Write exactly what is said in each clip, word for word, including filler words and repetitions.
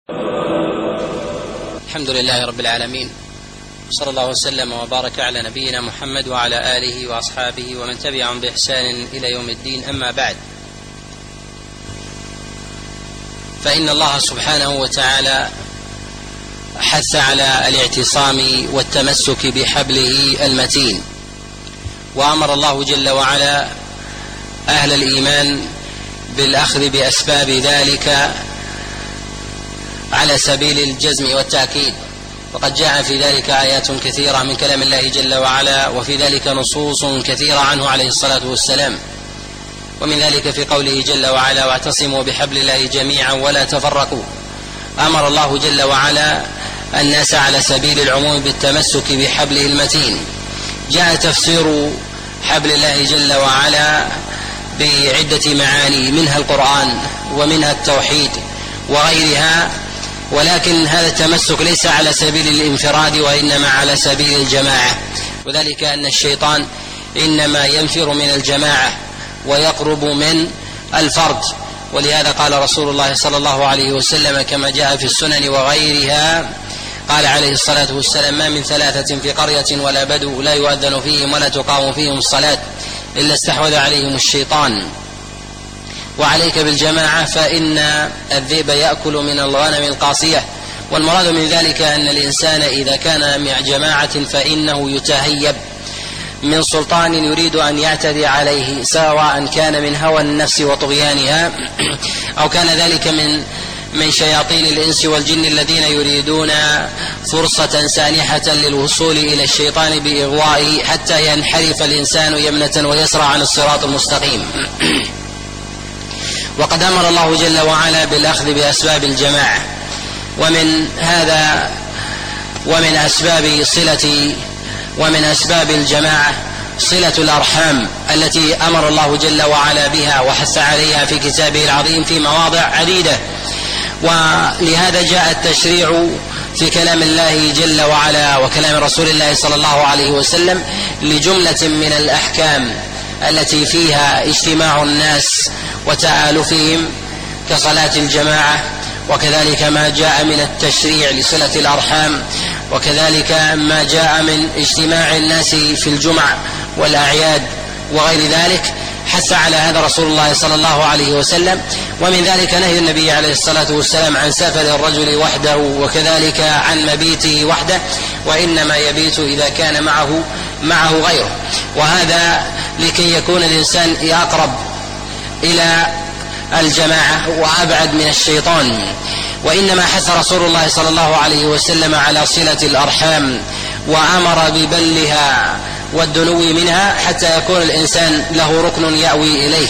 الحمد لله رب العالمين، صلى الله وسلم وبارك على نبينا محمد وعلى آله وأصحابه ومن تبعهم بإحسان إلى يوم الدين. أما بعد، فإن الله سبحانه وتعالى حث على الاعتصام والتمسك بحبله المتين، وأمر الله جل وعلا أهل الإيمان بالأخذ بأسباب ذلك على سبيل الجزم والتأكيد، وقد جاء في ذلك آيات كثيرة من كلام الله جل وعلا، وفي ذلك نصوص كثيرة عنه عليه الصلاة والسلام. ومن ذلك في قوله جل وعلا: واعتصموا بحبل الله جميعا ولا تفرقوا. أمر الله جل وعلا الناس على سبيل العموم بالتمسك بحبله المتين. جاء تفسير حبل الله جل وعلا بعدة معاني، منها القرآن ومنها التوحيد وغيرها، ولكن هذا التمسك ليس على سبيل الانفراد وإنما على سبيل الجماعة، وذلك أن الشيطان إنما ينفر من الجماعة ويقرب من الفرد. ولهذا قال رسول الله صلى الله عليه وسلم كما جاء في السنن وغيرها، قال عليه الصلاة والسلام: ما من ثلاثة في قرية ولا بدو لا يؤذن فيهم ولا تقام فيهم الصلاة إلا استحوذ عليهم الشيطان. وعليك بالجماعة فإن الذئب يأكل من الغنم القاصية. والمراد من ذلك أن الإنسان إذا كان مع جماعة فإنه يتهيب من سلطان يريد أن يعتدي عليه، سواء كان من هوى النفس وطغيانها أو كان ذلك من من شياطين الإنس والجن الذين يريدون فرصة سانحة للوصول إلى الشيطان بإغوائه حتى ينحرف الإنسان يمنة ويسرى عن الصراط المستقيم. وقد أمر الله جل وعلا بالأخذ بأسباب الجماعة، ومن هذا ومن أسباب صلة ومن أسباب الجماعة صلة الأرحام التي أمر الله جل وعلا بها وحث عليها في كتابه العظيم في مواضع عديدة. ولهذا جاء التشريع في كلام الله جل وعلا وكلام رسول الله صلى الله عليه وسلم لجملة من الأحكام التي فيها اجتماع الناس وتآلفهم كصلاة الجماعة، وكذلك ما جاء من التشريع لصلة الأرحام، وكذلك ما جاء من اجتماع الناس في الجمع والأعياد وغير ذلك. حث على هذا رسول الله صلى الله عليه وسلم. ومن ذلك نهي النبي عليه الصلاة والسلام عن سفر الرجل وحده، وكذلك عن مبيته وحده، وإنما يبيت إذا كان معه معه غيره، وهذا لكي يكون الإنسان أقرب إلى الجماعة وأبعد من الشيطان. وإنما حث رسول الله صلى الله عليه وسلم على صلة الأرحام، وأمر ببلها والدنو منها حتى يكون الإنسان له ركن يأوي إليه،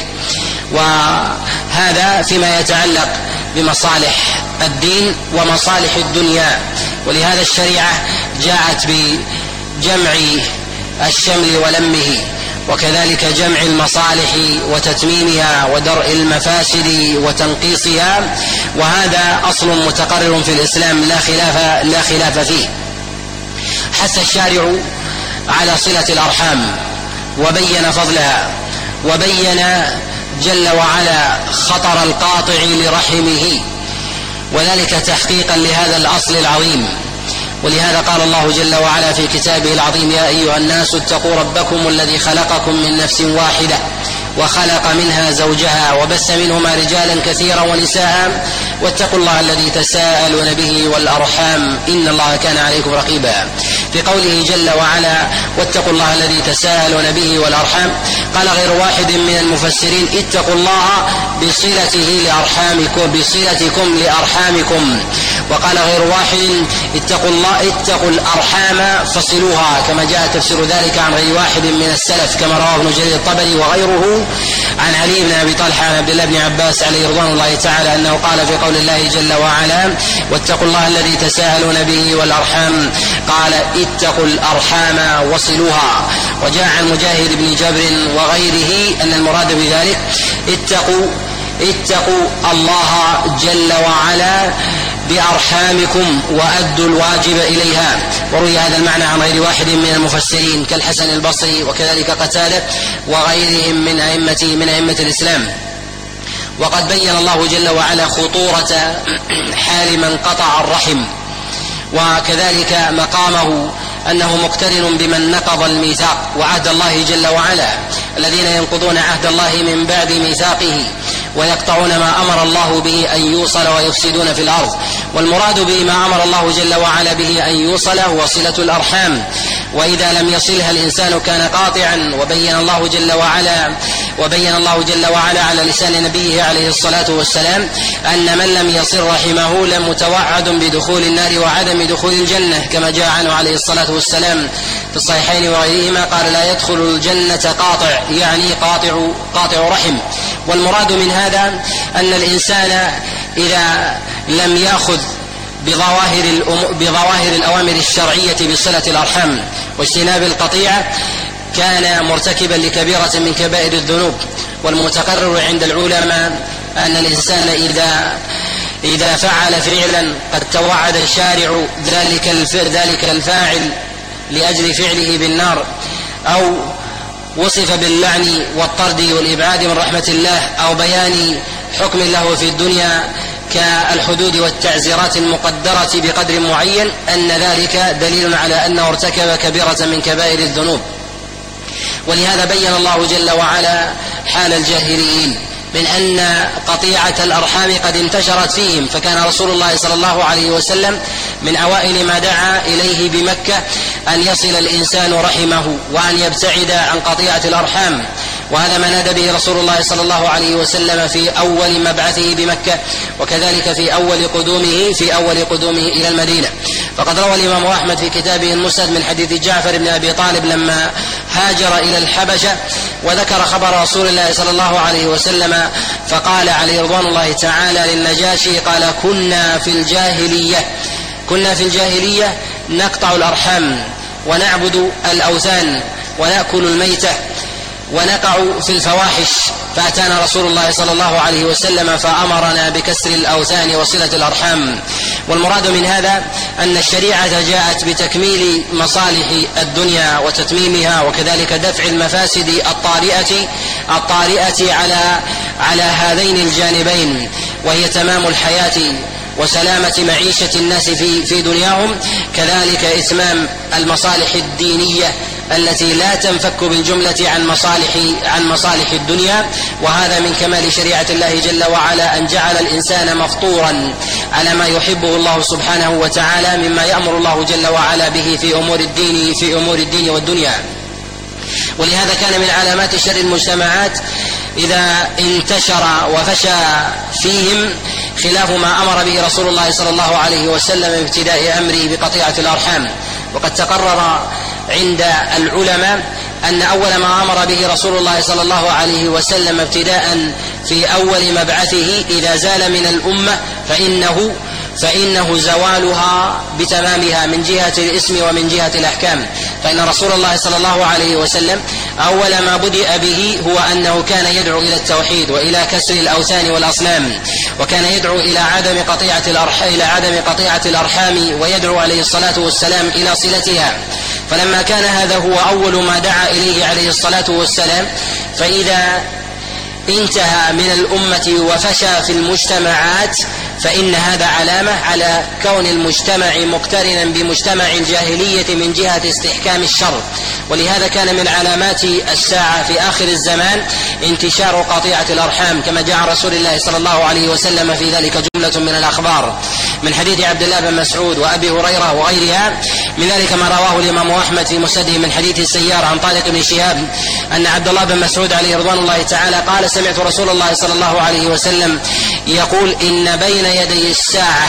وهذا فيما يتعلق بمصالح الدين ومصالح الدنيا. ولهذا الشريعة جاءت بجمع الشمل ولمه، وكذلك جمع المصالح وتتميمها ودرء المفاسد وتنقيصها، وهذا أصل متقرر في الإسلام لا خلاف لا خلاف فيه. حث الشارع على صلة الأرحام وبين فضلها، وبين جل وعلا خطر القاطع لرحمه، وذلك تحقيقا لهذا الأصل العظيم. ولهذا قال الله جل وعلا في كتابه العظيم: يا أيها الناس اتقوا ربكم الذي خلقكم من نفس واحدة وخلق منها زوجها وبث منهما رجالا كثيرا ونساء واتقوا الله الذي تساءلون به والأرحام إن الله كان عليكم رقيبا. في قوله جل وعلا: واتقوا الله الذي تساءلون به والأرحام، قال غير واحد من المفسرين: اتقوا الله بصلته لأرحامكم بصلتكم لأرحامكم. وقال غير واحد: اتقوا الله اتقوا الأرحام فصلوها، كما جاء تفسير ذلك عن غير واحد من السلف كما رواه ابن جرير الطبري وغيره عن علي بن أبي طلحة عن عبد الله بن عباس عليه رضوان الله تعالى أنه قال في قول الله جل وعلا: واتقوا الله الذي تساءلون به والأرحام، قال: اتقوا الأرحام وصلوها. وجاء عن مجاهد بن جبر وغيره أن المراد بذلك اتقوا اتقوا الله جل وعلا بأرحامكم وأدوا الواجب إليها. وروي هذا المعنى عن غير واحد من المفسرين كالحسن البصري وكذلك قتادة وغيرهم من أئمة من أئمة الإسلام. وقد بين الله جل وعلا خطورة حال من قطع الرحم، وكذلك مقامه أنه مقترن بمن نقض الميثاق وعهد الله جل وعلا، الذين ينقضون عهد الله من بعد ميثاقه ويقطعون ما أمر الله به أن يوصل ويفسدون في الأرض. والمراد بما أمر الله جل وعلا به أن يوصل هو صلة الأرحام، وإذا لم يصلها الإنسان كان قاطعا. وبين الله جل وعلا وبين الله جل وعلا على لسان نبيه عليه الصلاة والسلام أن من لم يصل رحمه لمتوعد بدخول النار وعدم دخول الجنة، كما جاء عنه عليه الصلاة والسلام في الصحيحين وغيرهما قال: لا يدخل الجنة قاطع، يعني قاطع قاطع رحم. والمراد من هذا أن الإنسان إذا لم يأخذ بظواهر, بظواهر الأوامر الشرعية بصلة الأرحام واجتناب القطيعة كان مرتكبا لكبيرة من كبائر الذنوب. والمتقرر عند العلماء أن الإنسان إذا إذا فعل فعلا قد توعد الشارع ذلك ذلك الفاعل لأجل فعله بالنار، أو وصف باللعن والطرد والإبعاد من رحمة الله، أو بيان حكم له في الدنيا كالحدود والتعزيرات المقدرة بقدر معين، أن ذلك دليل على أنه ارتكب كبيرة من كبائر الذنوب. ولهذا بين الله جل وعلا حال الجاهليين من أن قطيعة الأرحام قد انتشرت فيهم، فكان رسول الله صلى الله عليه وسلم من أوائل ما دعا إليه بمكة أن يصل الإنسان رحمه وأن يبتعد عن قطيعة الأرحام، وهذا ما نادى به رسول الله صلى الله عليه وسلم في أول مبعثه بمكة، وكذلك في أول قدومه في أول قدومه إلى المدينة. فقد روى الإمام أحمد في كتابه المسند من حديث جعفر بن أبي طالب لما هاجر إلى الحبشة وذكر خبر رسول الله صلى الله عليه وسلم فقال عليه رضوان الله تعالى للنجاشي: قال: كنا في الجاهلية كنا في الجاهلية نقطع الأرحام ونعبد الأوثان ونأكل الميتة ونقع في الفواحش، فأتانا رسول الله صلى الله عليه وسلم فأمرنا بكسر الأوثان وصلة الأرحام. والمراد من هذا أن الشريعة جاءت بتكميل مصالح الدنيا وتتميمها، وكذلك دفع المفاسد الطارئة الطارئة على على هذين الجانبين، وهي تمام الحياة وسلامة معيشة الناس في في دنياهم، كذلك إتمام المصالح الدينية التي لا تنفك بالجملة عن مصالح عن مصالح الدنيا. وهذا من كمال شريعة الله جل وعلا أن جعل الإنسان مفطورا على ما يحبه الله سبحانه وتعالى مما يأمر الله جل وعلا به في أمور الدين في أمور الدين والدنيا. ولهذا كان من علامات شر المجتمعات إذا انتشر وفشى فيهم خلاف ما أمر به رسول الله صلى الله عليه وسلم ابتداء أمره بقطيعة الأرحام. وقد تقرر عند العلماء أن أول ما أمر به رسول الله صلى الله عليه وسلم ابتداء في أول مبعثه إذا زال من الأمة فإنه فإنه زوالها بتمامها من جهة الاسم ومن جهة الأحكام. فإن رسول الله صلى الله عليه وسلم أول ما بدأ به هو أنه كان يدعو إلى التوحيد وإلى كسر الأوثان والأصنام، وكان يدعو إلى عدم قطيعة الأرحام إلى عدم قطيعة الأرحام ويدعو عليه الصلاة والسلام إلى صلتها. فلما كان هذا هو أول ما دعا إليه عليه الصلاة والسلام، فإذا انتهى من الأمة وفشى في المجتمعات فإن هذا علامة على كون المجتمع مقترنا بمجتمع الجاهلية من جهة استحكام الشر. ولهذا كان من علامات الساعة في آخر الزمان انتشار قطيعة الأرحام، كما جاء عن رسول الله صلى الله عليه وسلم في ذلك جملة من الأخبار من حديث عبد الله بن مسعود وأبي هريرة وغيرها. من ذلك ما رواه الإمام أحمد في مسنده من حديث السيار عن طارق بن شهاب أن عبد الله بن مسعود عليه رضوان الله تعالى قال: سمعت رسول الله صلى الله عليه وسلم يقول: إن بين يدي الساعة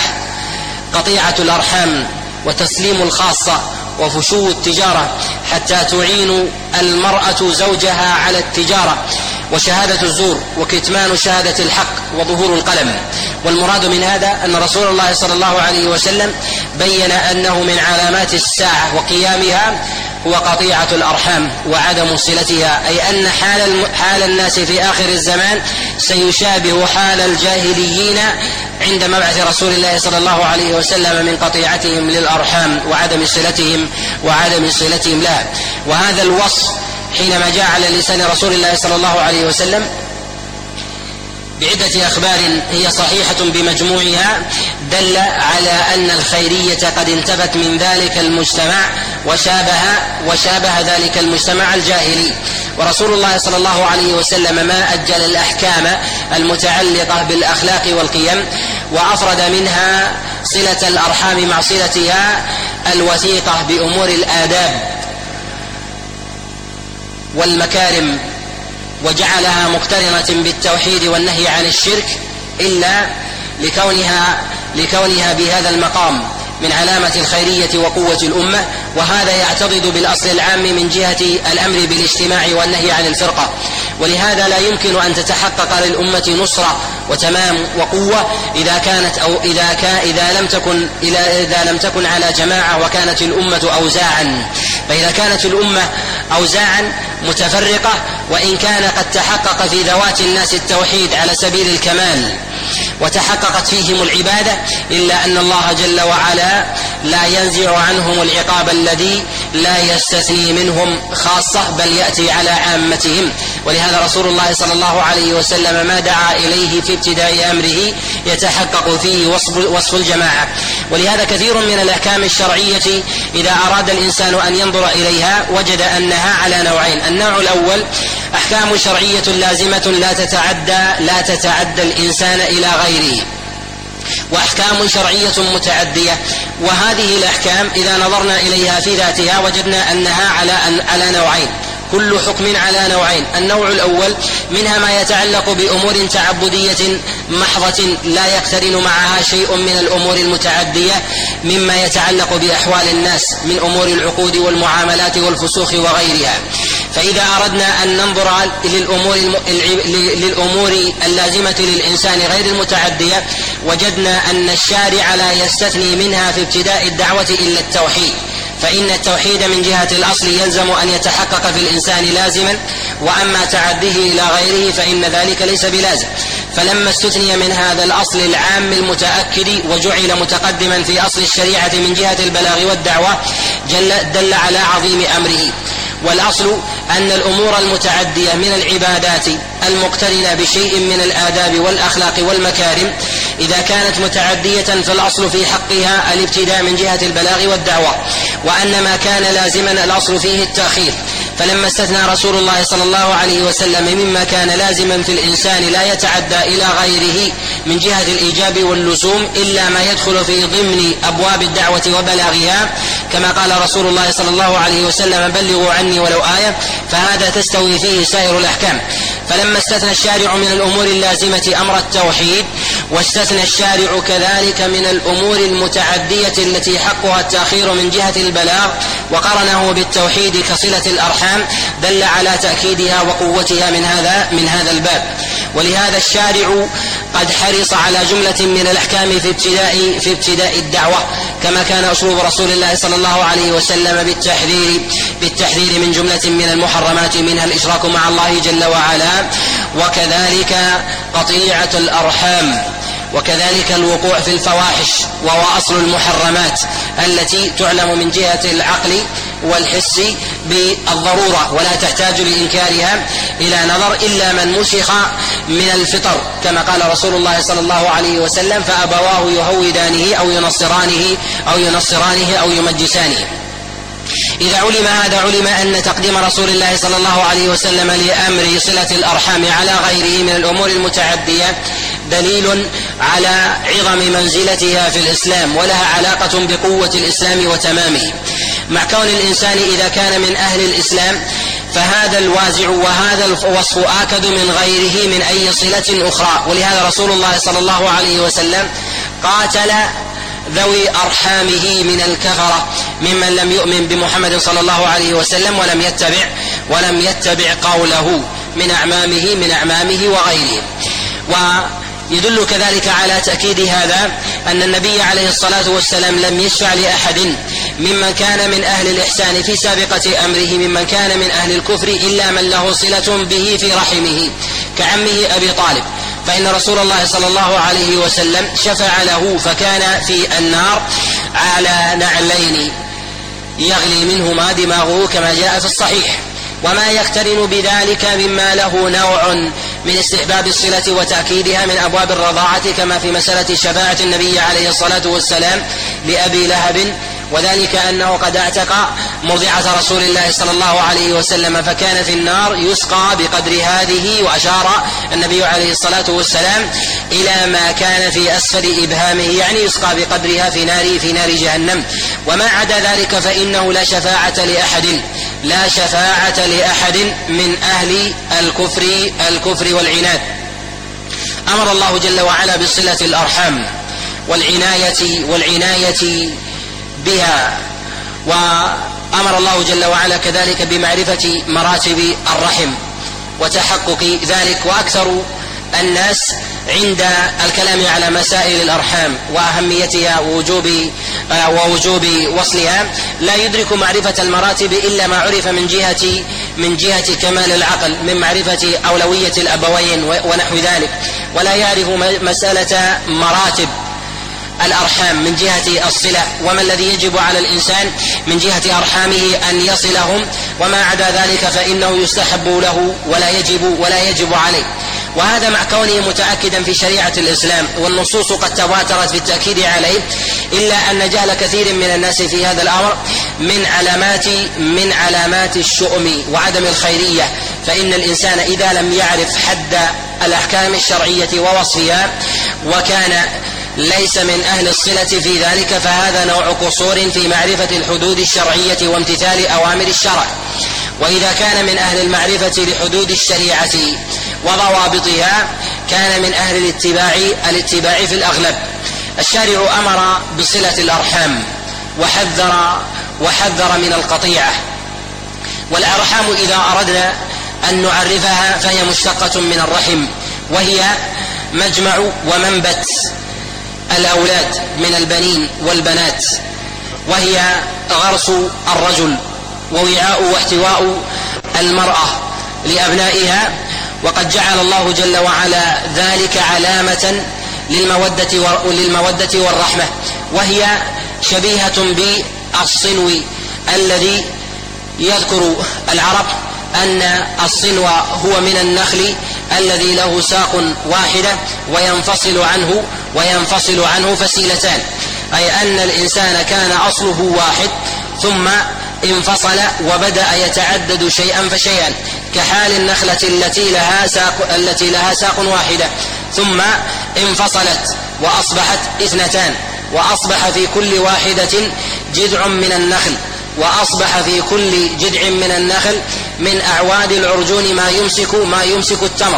قطيعة الأرحام وتسليم الخاصة وفشو التجارة حتى تعين المرأة زوجها على التجارة وشهادة الزور وكتمان شهادة الحق وظهور القلم. والمراد من هذا أن رسول الله صلى الله عليه وسلم بين أنه من علامات الساعة وقيامها هو قطيعة الأرحام وعدم صلتها، أي أن حال, حال الناس في آخر الزمان سيشابه حال الجاهليين عند مبعث رسول الله صلى الله عليه وسلم من قطيعتهم للأرحام وعدم صلتهم وعدم صلتهم لها. وهذا الوصف حينما جاء على لسان رسول الله صلى الله عليه وسلم بعدة أخبار هي صحيحة بمجموعها دل على أن الخيرية قد انتفت من ذلك المجتمع وشابه, وشابه ذلك المجتمع الجاهلي. ورسول الله صلى الله عليه وسلم ما أجل الأحكام المتعلقة بالأخلاق والقيم، وأفرد منها صلة الأرحام مع صلتها الوثيقة بأمور الآداب والمكارم، وجعلها مقترنة بالتوحيد والنهي عن الشرك، إلا لكونها, لكونها بهذا المقام من علامة الخيرية وقوة الأمة. وهذا يعتضد بالأصل العام من جهة الأمر بالاجتماع والنهي عن الفرقة. ولهذا لا يمكن أن تتحقق للأمة نصرة وتمام وقوة إذا كانت أو إذا كان إذا لم تكن إذا لم تكن على جماعة وكانت الأمة أوزاعا. فإذا كانت الأمة أوزاعا متفرقة، وإن كان قد تحقق في ذوات الناس التوحيد على سبيل الكمال وتحققت فيهم العبادة، إلا أن الله جل وعلا لا ينزع عنهم العقاب الذي لا يستثني منهم خاصة بل يأتي على عامتهم. ولهذا رسول الله صلى الله عليه وسلم ما دعا إليه في ابتداء أمره يتحقق فيه وصف, وصف الجماعة. ولهذا كثير من الأحكام الشرعية إذا أراد الإنسان أن ينظر إليها وجد أنها على نوعين. النوع الأول أحكام شرعية لازمة لا تتعدى لا تتعدى الإنسان إلى غيره، وأحكام شرعية متعدية. وهذه الأحكام إذا نظرنا إليها في ذاتها وجدنا أنها على, على نوعين، كل حكم على نوعين. النوع الأول منها ما يتعلق بأمور تعبدية محضة لا يقترن معها شيء من الأمور المتعدية مما يتعلق بأحوال الناس من أمور العقود والمعاملات والفسوق وغيرها. فإذا أردنا أن ننظر للأمور, للأمور اللازمة للإنسان غير المتعدية وجدنا أن الشارع لا يستثني منها في ابتداء الدعوة إلا التوحيد، فإن التوحيد من جهة الأصل يلزم أن يتحقق في الإنسان لازما، وأما تعديه إلى غيره فإن ذلك ليس بلازم. فلما استثني من هذا الأصل العام المتأكد وجعل متقدما في أصل الشريعة من جهة البلاغ والدعوة دل على عظيم أمره. والأصل أن الأمور المتعدية من العبادات المقترنة بشيء من الآداب والأخلاق والمكارم إذا كانت متعدية فالأصل في حقها الابتداء من جهة البلاغ والدعوة، وأن ما كان لازما الأصل فيه التأخير. فلما استثنى رسول الله صلى الله عليه وسلم مما كان لازما في الإنسان لا يتعدى إلى غيره من جهة الإيجاب واللزوم إلا ما يدخل في ضمن أبواب الدعوة وبلاغها، كما قال رسول الله صلى الله عليه وسلم بلغوا عني ولو آية، فهذا تستوي فيه سائر الأحكام. فلما استثنى الشارع من الأمور اللازمة أمر التوحيد، واستثنى الشارع كذلك من الأمور المتعدية التي حقها التأخير من جهة البلاغ وقرنه بالتوحيد كصلة الأرحام، دل على تأكيدها وقوتها من هذا من هذا الباب. ولهذا الشارع قد حرص على جملة من الأحكام في ابتداء في ابتداء الدعوة، كما كان أسلوب رسول الله صلى الله عليه وسلم بالتحذير بالتحذير من جملة من المحرمات منها الإشراك مع الله جل وعلا، وكذلك قطيعة الأرحام، وكذلك الوقوع في الفواحش، وهو أصل المحرمات التي تعلم من جهة العقل والحس بالضرورة ولا تحتاج لإنكارها إلى نظر إلا من مسخ من الفطر، كما قال رسول الله صلى الله عليه وسلم فأبواه يهودانه أو ينصرانه أو ينصرانه أو يمجسانه. إذا علم هذا علم أن تقديم رسول الله صلى الله عليه وسلم لأمر صلة الأرحام على غيره من الأمور المتعدية دليل على عظم منزلتها في الإسلام، ولها علاقة بقوة الإسلام وتمامه. مع كون الإنسان إذا كان من أهل الإسلام فهذا الوازع وهذا الوصف آكد من غيره من أي صلة أخرى. ولهذا رسول الله صلى الله عليه وسلم قاتل ذوي أرحامه من الكفرة ممن لم يؤمن بمحمد صلى الله عليه وسلم ولم يتبع ولم يتبع قوله من أعمامه من أعمامه وغيره. ويدل كذلك على تأكيد هذا أن النبي عليه الصلاة والسلام لم يشفع لأحد ممن كان من أهل الإحسان في سابقة أمره ممن كان من أهل الكفر إلا من له صلة به في رحمه كعمه أبي طالب، فإن رسول الله صلى الله عليه وسلم شفع له فكان في النار على نعلين يغلي منهما دماغه كما جاء في الصحيح. وما يقترن بذلك مما له نوع من استحباب الصلة وتأكيدها من أبواب الرضاعة، كما في مسألة شفاعة النبي عليه الصلاة والسلام لأبي لهب، وذلك أنه قد اعتق مرضعة رسول الله صلى الله عليه وسلم فكان في النار يسقى بقدر هذه، وأشار النبي عليه الصلاة والسلام إلى ما كان في أسفل إبهامه، يعني يسقى بقدرها في نار في نار جهنم. وما عدا ذلك فإنه لا شفاعة لأحد لا شفاعة لأحد من أهل الكفر الكفر والعناد. أمر الله جل وعلا بصلة الأرحام والعناية والعناية بها، وأمر الله جل وعلا كذلك بمعرفة مراتب الرحم وتحقق ذلك. وأكثر الناس عند الكلام على مسائل الأرحام وأهميتها ووجوب ووجوب وصلها لا يدرك معرفة المراتب إلا ما عرف من جهة من جهة كمال العقل، من معرفة أولوية الأبوين ونحو ذلك، ولا يعرف مسألة مراتب الأرحام من جهة الصلة، وما الذي يجب على الإنسان من جهة أرحامه أن يصلهم، وما عدا ذلك فإنه يستحب له ولا يجب ولا يجب عليه. وهذا مع كونه متأكدا في شريعة الإسلام، والنصوص قد تواترت في التأكيد عليه، إلا أن جهل كثير من الناس في هذا الأمر من علامات من علامات الشؤم وعدم الخيرية. فإن الإنسان إذا لم يعرف حد الأحكام الشرعية ووصفها وكان ليس من أهل الصلة في ذلك، فهذا نوع قصور في معرفة الحدود الشرعية وامتثال أوامر الشرع. وإذا كان من أهل المعرفة لحدود الشريعة وضوابطها كان من أهل الاتباع الاتباع في الأغلب. الشارع أمر بصلة الأرحام وحذر وحذر من القطيعة. والأرحام إذا أردنا أن نعرفها فهي مشتقة من الرحم، وهي مجمع ومنبت الأولاد من البنين والبنات، وهي غرس الرجل ووعاء واحتواء المرأة لأبنائها. وقد جعل الله جل وعلا ذلك علامة للمودة للمودة والرحمة، وهي شبيهة بالصنو الذي يذكر العرب أن الصنو هو من النخل الذي له ساق واحدة وينفصل عنه وينفصل عنه فسيلتان، أي أن الإنسان كان أصله واحد ثم انفصل وبدأ يتعدد شيئا فشيئا، كحال النخلة التي لها ساق التي لها ساق واحدة ثم انفصلت وأصبحت اثنتان، وأصبح في كل واحدة جذع من النخل، وأصبح في كل جذع من النخل من أعواد العرجون ما يمسك ما يمسك التمر.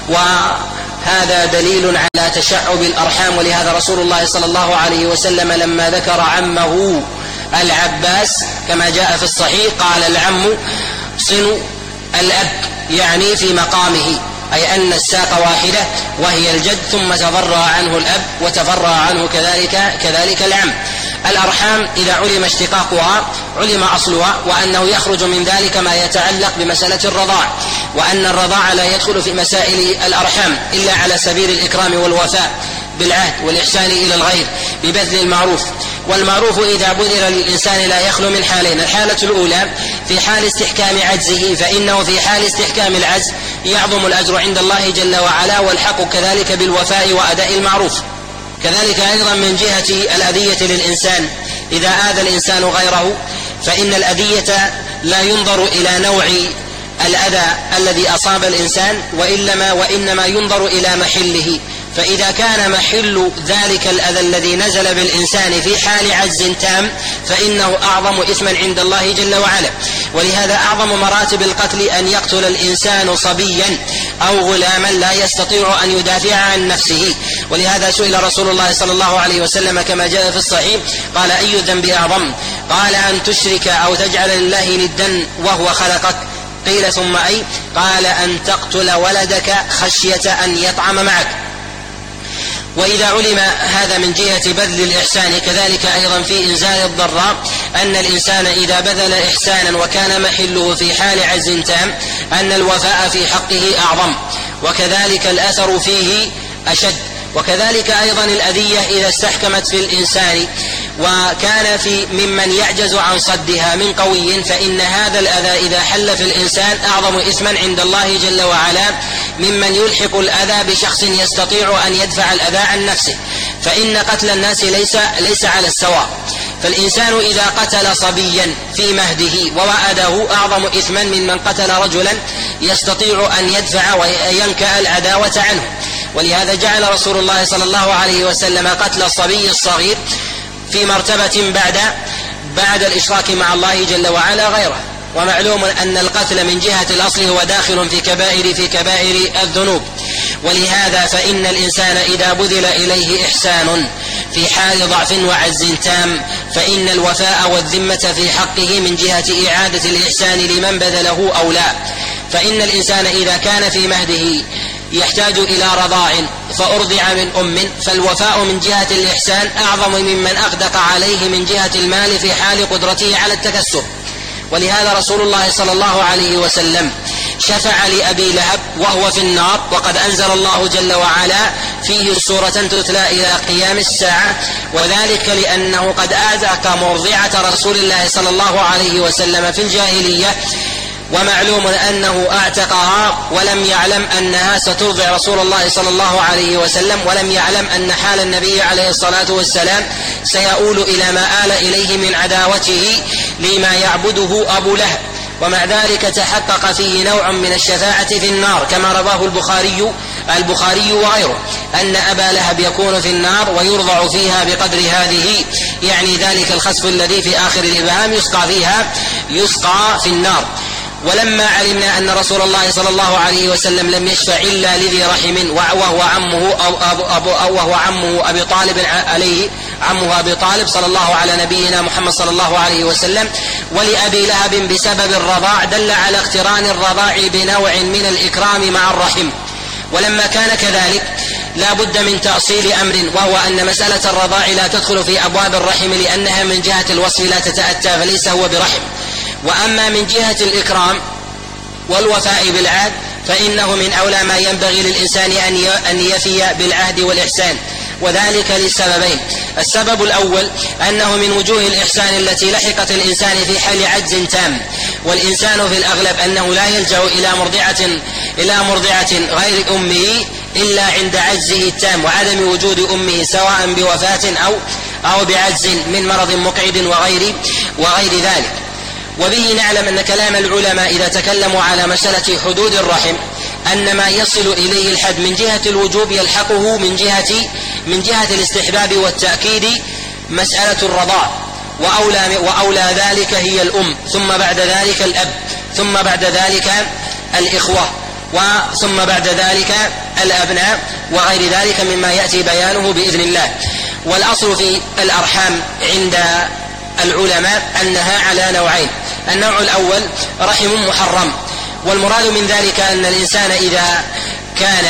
وهذا دليل على تشعب الأرحام. ولهذا رسول الله صلى الله عليه وسلم لما ذكر عمه العباس كما جاء في الصحيح قال العم صنو الأب، يعني في مقامه، أي أن الساق واحدة وهي الجد، ثم تفرع عنه الأب وتفرع عنه كذلك كذلك العم. الأرحام إذا علم اشتقاقها علم أصلها، وأنه يخرج من ذلك ما يتعلق بمسألة الرضاع، وأن الرضاع لا يدخل في مسائل الأرحام إلا على سبيل الإكرام والوفاء بالعهد والإحسان إلى الغير ببذل المعروف. والمعروف إذا بذل للإنسان لا يخلو من حالين: الحالة الأولى في حال استحكام عجزه، فإنه في حال استحكام العجز يعظم الأجر عند الله جل وعلا، والحق كذلك بالوفاء وأداء المعروف. كذلك أيضا من جهة الأذية للإنسان، إذا آذى الإنسان غيره فإن الأذية لا ينظر إلى نوع الأذى الذي أصاب الإنسان، وإنما وإنما ينظر إلى محله. فإذا كان محل ذلك الأذى الذي نزل بالإنسان في حال عجز تام فإنه أعظم إثما عند الله جل وعلا. ولهذا أعظم مراتب القتل أن يقتل الإنسان صبيا أو غلاما لا يستطيع أن يدافع عن نفسه. ولهذا سئل رسول الله صلى الله عليه وسلم كما جاء في الصحيح قال: أي الذنب أعظم؟ قال: أن تشرك أو تجعل لله ندا وهو خلقك. قيل: ثم أي؟ قال: أن تقتل ولدك خشية أن يطعم معك. وإذا علم هذا من جهة بذل الإحسان، كذلك أيضا في إنزال الضراء أن الإنسان إذا بذل إحسانا وكان محله في حال عجز تام أن الوفاء في حقه أعظم، وكذلك الأثر فيه أشد. وكذلك أيضا الأذية إذا استحكمت في الإنسان وكان في ممن يعجز عن صدها من قوي، فإن هذا الأذى إذا حل في الإنسان أعظم إثما عند الله جل وعلا ممن يلحق الأذى بشخص يستطيع أن يدفع الأذى عن نفسه، فإن قتل الناس ليس, ليس على السواء. فالإنسان إذا قتل صبيا في مهده ووأده أعظم إثما ممن قتل رجلا يستطيع أن يدفع وينكأ العداوة عنه. ولهذا جعل رسول الله صلى الله عليه وسلم قتل الصبي الصغير في مرتبة بعد بعد الإشراك مع الله جل وعلا غيره. ومعلوم أن القتل من جهة الأصل هو داخل في كبائر في كبائر الذنوب. ولهذا فإن الإنسان إذا بذل إليه إحسان في حال ضعف وعز تام فإن الوفاء والذمة في حقه من جهة إعادة الإحسان لمن بذله أو لا. فإن الإنسان إذا كان في مهده يحتاج إلى رضاع فأرضع من أم، فالوفاء من جهة الإحسان أعظم ممن أغدق عليه من جهة المال في حال قدرته على التكسب. ولهذا رسول الله صلى الله عليه وسلم شفع لأبي لهب وهو في النار، وقد أنزل الله جل وعلا فيه سورة تتلى إلى قيام الساعة، وذلك لأنه قد آذاك مرضعة رسول الله صلى الله عليه وسلم في الجاهلية، ومعلوم أنه أعتقها ولم يعلم أنها سترضع رسول الله صلى الله عليه وسلم، ولم يعلم أن حال النبي عليه الصلاة والسلام سيؤول إلى ما آل إليه من عداوته لما يعبده أبو لهب. ومع ذلك تحقق فيه نوع من الشفاعة في النار كما رواه البخاري البخاري وغيره أن أبا لهب يكون في النار ويرضع فيها بقدر هذه، يعني ذلك الخسف الذي في آخر الإبهام يسقى فيها يسقى في النار. ولما علمنا أن رسول الله صلى الله عليه وسلم لم يشفع إلا لذي رحم وهو عمه أو, أو, أو, أو وهو عمه أبي طالب عليه عمه أبي طالب صلى الله على نبينا محمد صلى الله عليه وسلم، ولأبي لهب بسبب الرضاع، دل على اقتران الرضاع بنوع من الإكرام مع الرحم. ولما كان كذلك لا بد من تأصيل أمر، وهو أن مسألة الرضاع لا تدخل في أبواب الرحم لأنها من جهة الوصف لا تتأتى فليس هو برحم. وأما من جهة الإكرام والوفاء بالعهد فإنه من أولى ما ينبغي للإنسان أن يفي بالعهد والإحسان، وذلك لسببين. السبب الأول أنه من وجوه الإحسان التي لحقت الإنسان في حال عجز تام، والإنسان في الأغلب أنه لا يلجأ إلى مرضعة إلى مرضعة غير أمه إلا عند عجزه التام وعدم وجود أمه سواء بوفاة أو أو بعجز من مرض مقعد وغير وغير ذلك. وبه نعلم أن كلام العلماء إذا تكلموا على مسألة حدود الرحم أن ما يصل إليه الحد من جهة الوجوب يلحقه من جهة من جهة الاستحباب والتأكيد مسألة الرضاع، وأولى, وأولى ذلك هي الأم، ثم بعد ذلك الأب، ثم بعد ذلك الإخوة، وثم بعد ذلك الأبناء وغير ذلك مما يأتي بيانه بإذن الله. والأصل في الأرحام عند العلماء أنها على نوعين. النوع الأول رحم محرم، والمراد من ذلك أن الإنسان إذا كان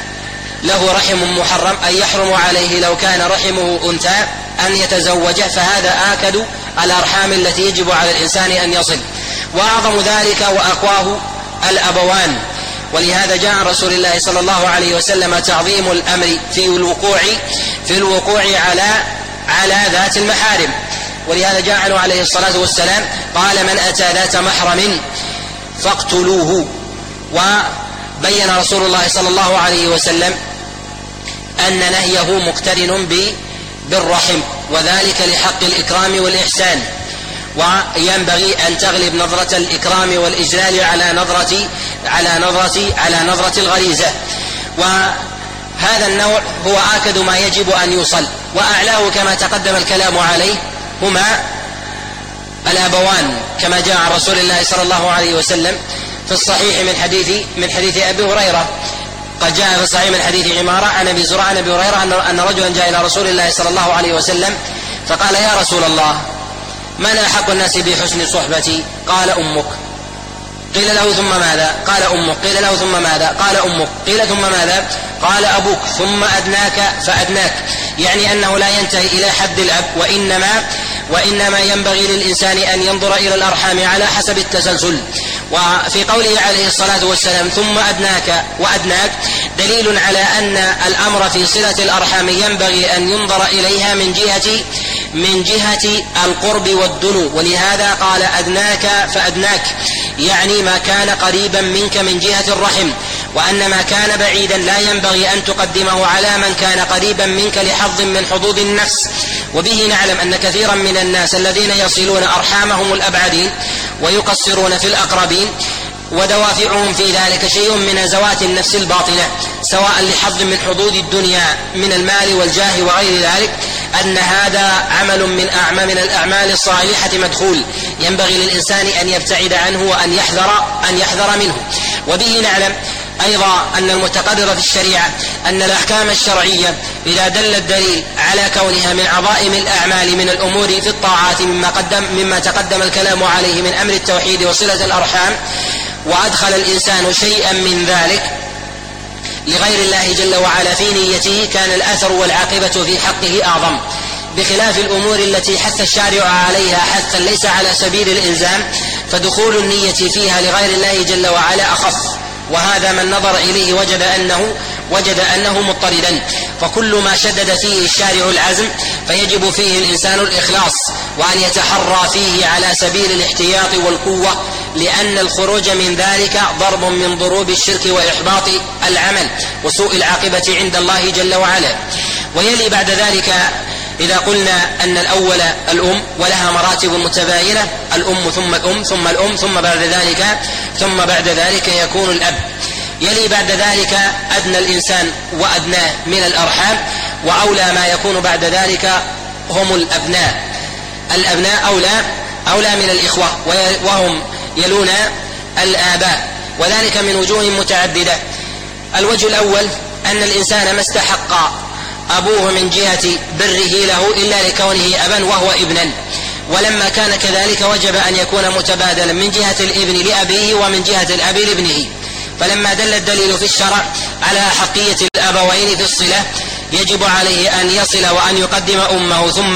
له رحم محرم أي يحرم عليه لو كان رحمه أنثى أن يتزوجه، فهذا آكد الأرحام التي يجب على الإنسان أن يصل. وأعظم ذلك وأقواه الأبوان. ولهذا جاء رسول الله صلى الله عليه وسلم تعظيم الأمر في الوقوع في الوقوع على على ذات المحارم. ولهذا جاء عليه الصلاة والسلام قال من أتى ذات محرم فاقتلوه. وبين رسول الله صلى الله عليه وسلم أن نهيه مقترن بالرحم، وذلك لحق الإكرام والإحسان، وينبغي أن تغلب نظرة الإكرام والإجلال على نظرة على نظرة على نظرة الغريزة. وهذا النوع هو آكد ما يجب أن يوصل، وأعلاه كما تقدم الكلام عليه هما الأبوان كما جاء عن رسول الله صلى الله عليه وسلم في الصحيح من حديث من حديث أبي هريرة. قد جاء في الصحيح من حديث عمارة عن أبي زرعة عن أبي هريرة أن رجلا جاء إلى رسول الله صلى الله عليه وسلم فقال يا رسول الله من أحق الناس بحسن صحبتي؟ قال أمك. قيل له ثم ماذا؟ قال أمك. قيل له ثم ماذا؟ قال أمك. قيل ثم ماذا؟ قال أبوك، ثم أدناك فأدناك، يعني أنه لا ينتهي إلى حد الأب، وإنما وإنما ينبغي للإنسان أن ينظر إلى الأرحام على حسب التسلسل. وفي قوله عليه الصلاة والسلام ثم أدناك وأدناك دليل على أن الأمر في صلة الأرحام ينبغي أن ينظر إليها من جهة من جهة القرب والدنو، ولهذا قال أدناك فأدناك، يعني ما كان قريبا منك من جهة الرحم، وأن ما كان بعيدا لا ينبغي أن تقدمه على من كان قريبا منك لحظ من حظوظ النفس. وبه نعلم أن كثيرا من الناس الذين يصلون أرحامهم الأبعدين ويقصرون في الأقربين ودوافعهم في ذلك شيء من نزوات النفس الباطنة، سواء لحظ من حظوظ الدنيا من المال والجاه وغير ذلك، أن هذا عمل من أعمال من الأعمال الصالحة مدخول ينبغي للإنسان أن يبتعد عنه وأن يحذر أن يحذر منه. وبه نعلم أيضا أن المتقرر في الشريعة أن الأحكام الشرعية إذا دل الدليل على كونها من عظائم الأعمال من الأمور في الطاعات مما قدم مما تقدم الكلام عليه من أمر التوحيد وصلة الأرحام، وأدخل الإنسان شيئا من ذلك لغير الله جل وعلا في نيته، كان الأثر والعاقبة في حقه أعظم، بخلاف الأمور التي حث الشارع عليها حثا ليس على سبيل الإلزام، فدخول النية فيها لغير الله جل وعلا أخف، وهذا من نظر إليه وجد أنه وجد أنه مضطردا. فكل ما شدد فيه الشارع العزم فيجب فيه الإنسان الإخلاص، وأن يتحرى فيه على سبيل الاحتياط والقوة، لأن الخروج من ذلك ضرب من ضروب الشرك وإحباط العمل وسوء العاقبة عند الله جل وعلا. ويلي بعد ذلك إذا قلنا أن الأول الأم ولها مراتب متباينة، الأم ثم الأم ثم الأم ثم بعد ذلك ثم بعد ذلك يكون الأب، يلي بعد ذلك أدنى الإنسان وأدناه من الأرحام، وأولى ما يكون بعد ذلك هم الأبناء. الأبناء أولى أولى من الإخوة، وهم يلون الآباء، وذلك من وجوه متعددة. الوجه الأول أن الإنسان ما استحق أبوه من جهة بره له إلا لكونه أبا وهو ابنا، ولما كان كذلك وجب أن يكون متبادلا من جهة الابن لأبيه ومن جهة الأب لابنه. فلما دل الدليل في الشرع على حقية الأبوين في الصلة يجب عليه أن يصل وأن يقدم أمه ثم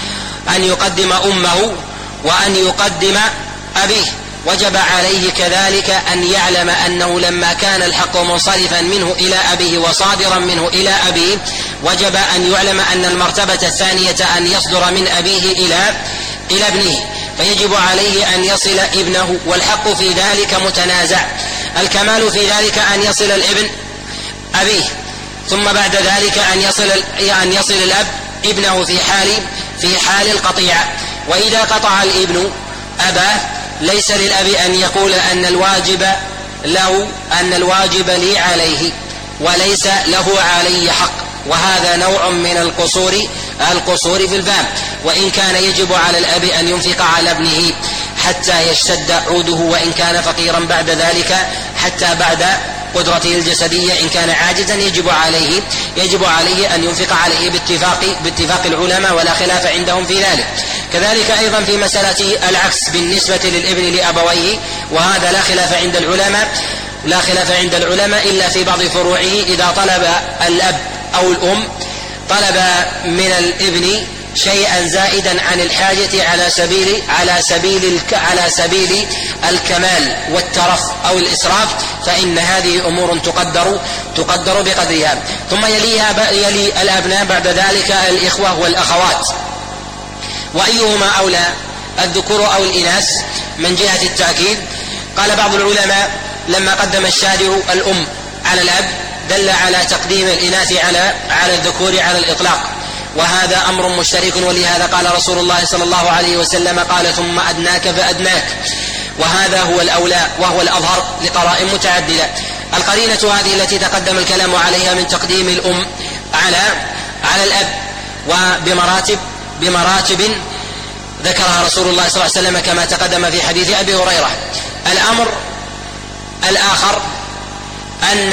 أن يقدم أمه وأن يقدم أبيه. وجب عليه كذلك أن يعلم أنه لما كان الحق منصرفا منه إلى أبيه وصادرا منه إلى أبيه وجب أن يعلم أن المرتبة الثانية أن يصدر من أبيه إلى إلى ابنه، فيجب عليه أن يصل ابنه، والحق في ذلك متنازع. الكمال في ذلك أن يصل الابن أبيه، ثم بعد ذلك أن يصل أن يصل الأب ابنه في حال في حال القطيعة. وإذا قطع الابن أباه ليس للأب أن يقول أن الواجب له أن الواجب لي عليه وليس له علي حق، وهذا نوع من القصور القصور في الفهم. وإن كان يجب على الأب أن ينفق على ابنه حتى يشتد عوده، وإن كان فقيرا بعد ذلك حتى بعد قدرته الجسدية، إن كان عاجزا يجب عليه يجب عليه أن ينفق عليه باتفاق باتفاق العلماء ولا خلاف عندهم في ذلك. كذلك أيضا في مسألة العكس بالنسبة للابن لأبويه، وهذا لا خلاف عند العلماء لا خلاف عند العلماء إلا في بعض فروعه. إذا طلب الأب أو الأم طلب من الابن شيئا زائدا عن الحاجة على سبيل على سبيل على سبيل الكمال والترف أو الإسراف، فإن هذه أمور تقدر تقدر بقدرها. ثم يليها يلي الأبناء بعد ذلك الإخوة والأخوات، وأيهما أولى الذكور أو الإناث من جهة التأكيد؟ قال بعض العلماء لما قدم الشارع الأم على الأب دل على تقديم الإناث على على الذكور على الإطلاق، وهذا أمر مشترك، ولهذا قال رسول الله صلى الله عليه وسلم قال ثم أدناك فأدناك، وهذا هو الأولى وهو الأظهر لقرائن متعددة. القرينة هذه التي تقدم الكلام عليها من تقديم الأم على على الأب، وبمراتب بمراتب ذكرها رسول الله صلى الله عليه وسلم كما تقدم في حديث أبي هريرة. الأمر الآخر أن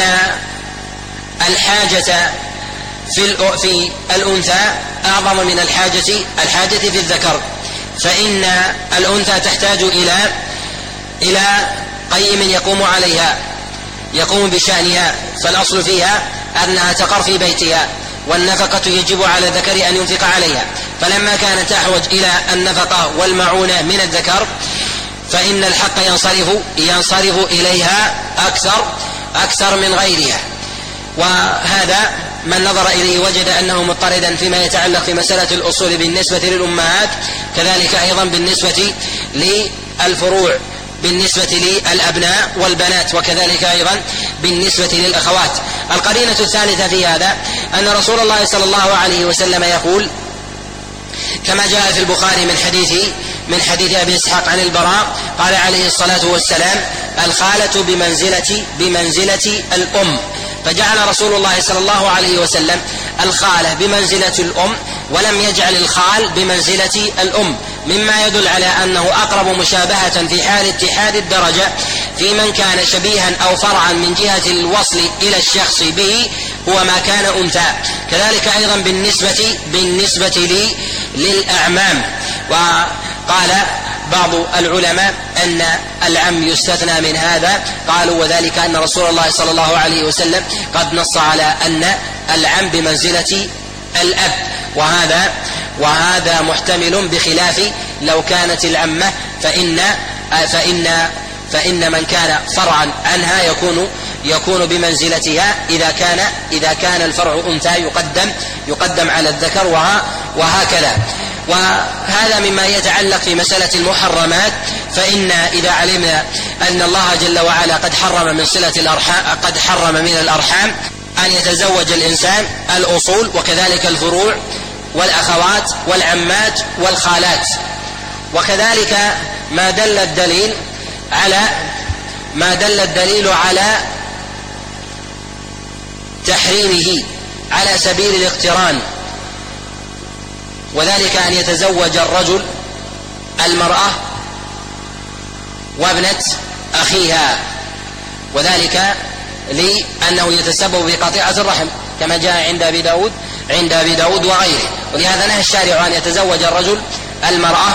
الحاجة في في الأنثى أعظم من الحاجة الحاجة في الذكر، فإن الأنثى تحتاج إلى إلى قيم يقوم عليها يقوم بشأنها، فالأصل فيها أنها تقر في بيتها، والنفقة يجب على الذكر أن ينفق عليها. فلما كانت أحوج إلى النفقة والمعونة من الذكر فإن الحق ينصرف ينصرف إليها أكثر أكثر من غيرها. وهذا من نظر إليه وجد أنه مضطردا فيما يتعلق في مسألة الأصول بالنسبة للأمهات، كذلك أيضا بالنسبة للفروع بالنسبة للأبناء والبنات، وكذلك أيضا بالنسبة للأخوات. القرينة الثالثة في هذا أن رسول الله صلى الله عليه وسلم يقول كما جاء في البخاري من حديث من حديث أبي إسحاق عن البراء قال عليه الصلاة والسلام: الخالة بمنزلة بمنزلة الأم. فجعل رسول الله صلى الله عليه وسلم الخالة بمنزلة الأم، ولم يجعل الخال بمنزلة الأم، مما يدل على أنه أقرب مشابهة في حال اتحاد الدرجة في من كان شبيها أو فرعا من جهة الوصل إلى الشخص به هو ما كان أنثى. كذلك أيضا بالنسبة بالنسبة لي للأعمام. وقال بعض العلماء أن العم يستثنى من هذا، قالوا وذلك أن رسول الله صلى الله عليه وسلم قد نص على أن العم بمنزلة الأب، وهذا وهذا محتمل بخلاف لو كانت العمة فإن فإن فإن من كان فرعا عنها يكون يكون بمنزلتها إذا كان إذا كان الفرع أنثى يقدم يقدم على الذكر وهكذا. وهذا مما يتعلق في مسألة المحرمات. فإن إذا علمنا أن الله جل وعلا قد حرم من صلة الأرحام قد حرم من الأرحام أن يتزوج الإنسان الأصول وكذلك الفروع والأخوات والعمات والخالات، وكذلك ما دل الدليل على ما دل الدليل على تحريمه على سبيل الاقتران، وذلك أن يتزوج الرجل المرأة وابنة أخيها، وذلك لأنه يتسبب بقطيعة الرحم كما جاء عند أبي داود عند أبي داود وغيره. ولهذا نهى الشارع أن يتزوج الرجل المرأة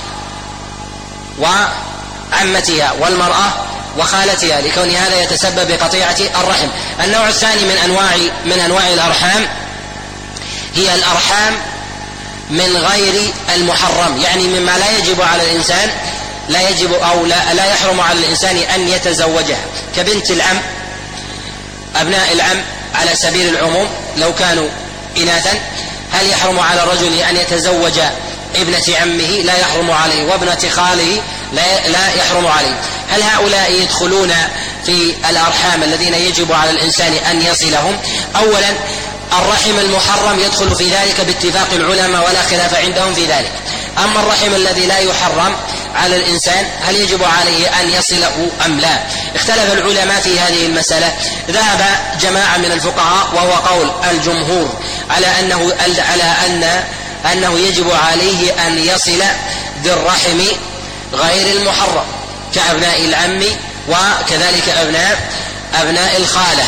وعمتها والمرأة وخالتها، لكون هذا يتسبب بقطيعة الرحم. النوع الثاني من أنواع من أنواع الأرحام هي الأرحام من غير المحرم، يعني مما لا يجب على الإنسان لا يجب أو لا, لا يحرم على الإنسان أن يتزوجها، كبنت العم، أبناء العم على سبيل العموم لو كانوا إناثا هل يحرم على الرجل أن يتزوج ابنة عمه؟ لا يحرم عليه. وابنة خاله لا, لا يحرم عليه. هل هؤلاء يدخلون في الأرحام الذين يجب على الإنسان أن يصلهم؟ أولا الرحم المحرم يدخل في ذلك باتفاق العلماء ولا خلاف عندهم في ذلك. أما الرحم الذي لا يحرم على الإنسان هل يجب عليه أن يصله أم لا؟ اختلف العلماء في هذه المسألة. ذهب جماعة من الفقهاء وهو قول الجمهور على أنه على أن أنه يجب عليه أن يصل بالرحم غير المحرم كأبناء العم وكذلك أبناء أبناء الخالة،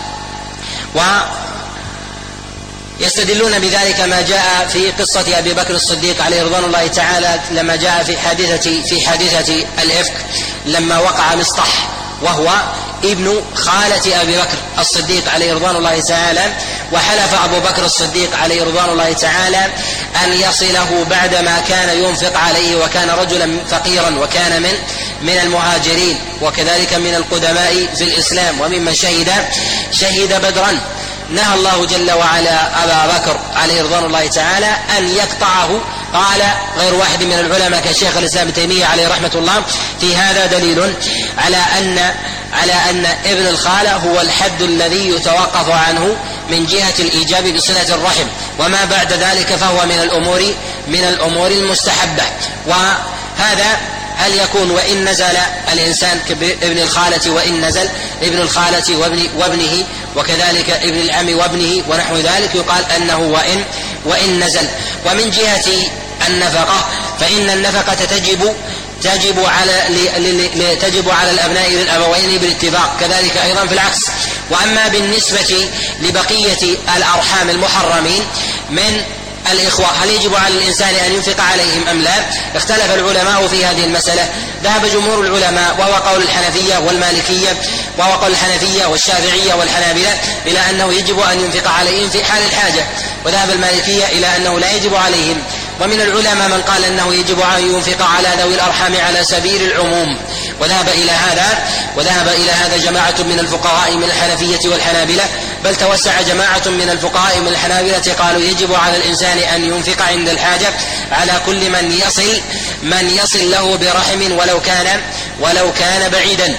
ويستدلون بذلك ما جاء في قصة أبي بكر الصديق عليه رضوان الله تعالى لما جاء في حادثة في حادثة الإفك، لما وقع مصطح وهو ابن خالة أبي بكر الصديق عليه رضوان الله تعالى، وحلف أبو بكر الصديق عليه رضوان الله تعالى أن يصله بعدما كان ينفق عليه، وكان رجلا فقيرا وكان من من المهاجرين وكذلك من القدماء في الإسلام وممن شهد شهد بدرا. نهى الله جل وعلا أبا بكر عليه رضوان الله تعالى أن يقطعه. قال غير واحد من العلماء كشيخ الإسلام ابن تيمية عليه رحمة الله في هذا دليل على أن على أن ابن الخالة هو الحد الذي يتوقف عنه من جهة الإيجاب بصلة الرحم، وما بعد ذلك فهو من الأمور من الأمور المستحبة. وهذا هل يكون وإن نزل الإنسان كابن الخالة وإن نزل ابن الخالة وابن وابنه وكذلك ابن العم وابنه ونحو ذلك يقال أنه وإن وإن نزل. ومن جهة النفقة فإن النفقة تجب تجب على تجب على الأبناء للأبوين بالاتفاق، كذلك أيضا في العكس. وأما بالنسبة لبقية الأرحام المحرمين من الإخوة هل يجب على الإنسان أن ينفق عليهم أم لا؟ اختلف العلماء في هذه المسألة. ذهب جمهور العلماء وهو قول الحنفية والمالكية وهو قول الحنفية والشافعية والحنابلة إلى أنه يجب أن ينفق عليهم في حال الحاجة، وذهب المالكية إلى أنه لا يجب عليهم. ومن العلماء من قال أنه يجب أن ينفق على ذوي الأرحام على سبيل العموم، وذهب إلى هذا وذهب إلى هذا جماعة من الفقهاء من الحنفية والحنابلة بل توسع جماعة من الفقهاء من الحنابلة قالوا يجب على الإنسان أن ينفق عند الحاجة على كل من يصل من يصل له برحم ولو كان ولو كان بعيدا،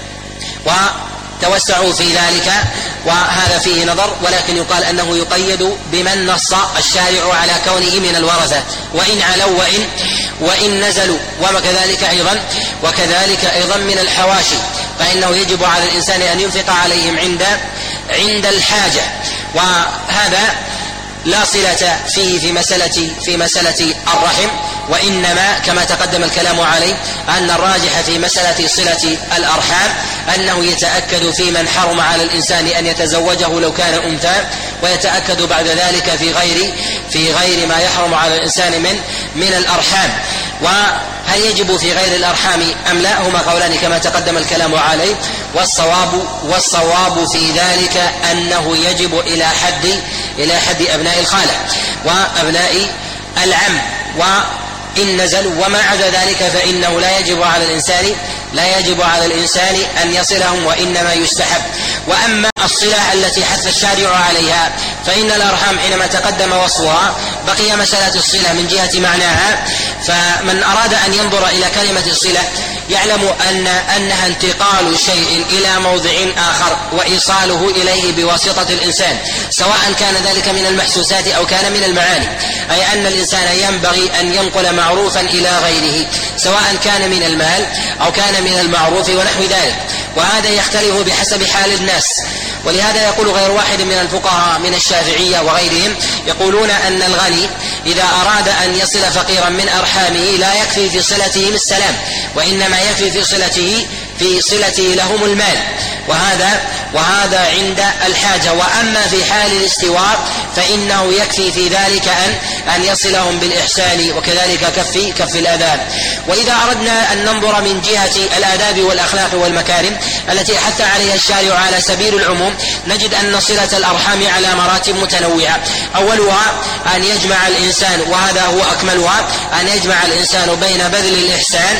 وتوسعوا في ذلك، وهذا فيه نظر، ولكن يقال أنه يقيد بمن نص الشارع على كونه من الورثة، وإن علوا وإن وإن نزلوا، وكذلك أيضا وكذلك أيضا من الحواشي، فإنه يجب على الإنسان أن ينفق عليهم عند عند الحاجة. وهذا لا صلة فيه في مسألة في مسألة الرحم، وإنما كما تقدم الكلام عليه أن الراجح في مسألة صلة الأرحام أنه يتأكد في من حرم على الإنسان أن يتزوجه لو كان أنثى، ويتأكد بعد ذلك في غير في غير ما يحرم على الإنسان من من الأرحام. وهل يجب في غير الأرحام أم لا؟ هما قولان كما تقدم الكلام عليه، والصواب والصواب في ذلك أنه يجب إلى حد إلى حد أبناء الخالة وأبناء العم، وإن نزلوا، وما عدا ذلك فإنه لا يجب على الإنسان لا يجب على الإنسان أن يصلهم، وإنما يستحب. وأما الصلة التي حث الشارع عليها فإن الأرحام حينما تقدم وصفها بقي مسألة الصلة من جهة معناها، فمن أراد أن ينظر إلى كلمة الصلة يعلم أن أنها انتقال شيء إلى موضع آخر وإيصاله إليه بواسطة الإنسان، سواء كان ذلك من المحسوسات أو كان من المعاني، أي أن الإنسان ينبغي أن ينقل معروفا إلى غيره، سواء كان من المال أو كان من المعروف ونحو ذلك، وهذا يختلف بحسب حال الناس. ولهذا يقول غير واحد من الفقهاء من الشافعية وغيرهم يقولون أن الغني إذا أراد أن يصل فقيرا من أرحامه لا يكفي في صلتهم السلام، وإنما يكفي في صلته في صلته لهم المال، وهذا وهذا عند الحاجة. وأما في حال الاستواء فإنه يكفي في ذلك أن أن يصلهم بالإحسان، وكذلك كف كف الآداب. وإذا أردنا أن ننظر من جهة الآداب والأخلاق والمكارم التي حث عليها الشارع على سبيل العموم نجد أن صلة الأرحام على مراتب متنوعة. أولها أن يجمع الإنسان، وهذا هو أكملها، أن يجمع الإنسان بين بذل الإحسان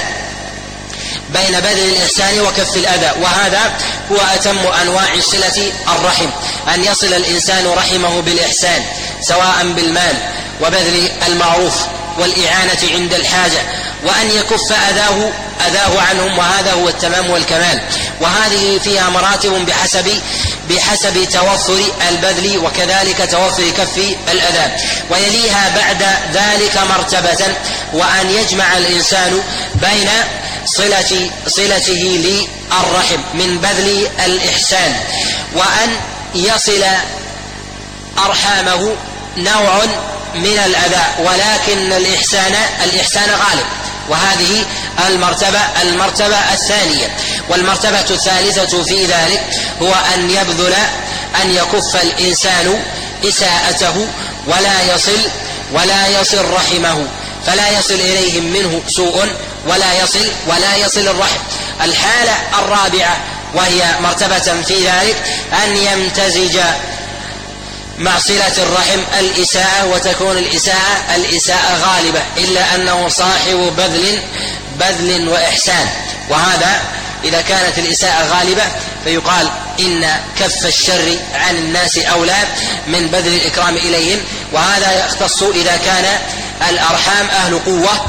بين بذل الإحسان وكف الأذى، وهذا هو أتم أنواع صلة الرحم، أن يصل الإنسان رحمه بالإحسان سواء بالمال وبذل المعروف والإعانة عند الحاجة، وأن يكف أذاه أذاه عنهم، وهذا هو التمام والكمال. وهذه فيها مراتب بحسب بحسب توفر البذل وكذلك توفر كف الأذى. ويليها بعد ذلك مرتبة، وأن يجمع الإنسان بين صلة صلته للرحم من بذل الإحسان، وأن يصل أرحامه نوع من الأذى، ولكن الإحسان الإحسان غالب، وهذه المرتبة المرتبة الثانية. والمرتبة الثالثة في ذلك هو أن يبذل أن يكف الإنسان إساءته ولا يصل ولا يصل رحمه، فلا يصل إليهم منه سوء ولا يصل ولا يصل الرحم. الحالة الرابعة وهي مرتبة في ذلك أن يمتزج مع صلة الرحم الإساءة، وتكون الإساءة الإساءة غالبة، إلا أنه صاحب بذل بذل وإحسان. وهذا إذا كانت الإساءة غالبة فيقال إن كف الشر عن الناس أولى من بذل الإكرام إليهم، وهذا يختص إذا كان الأرحام أهل قوة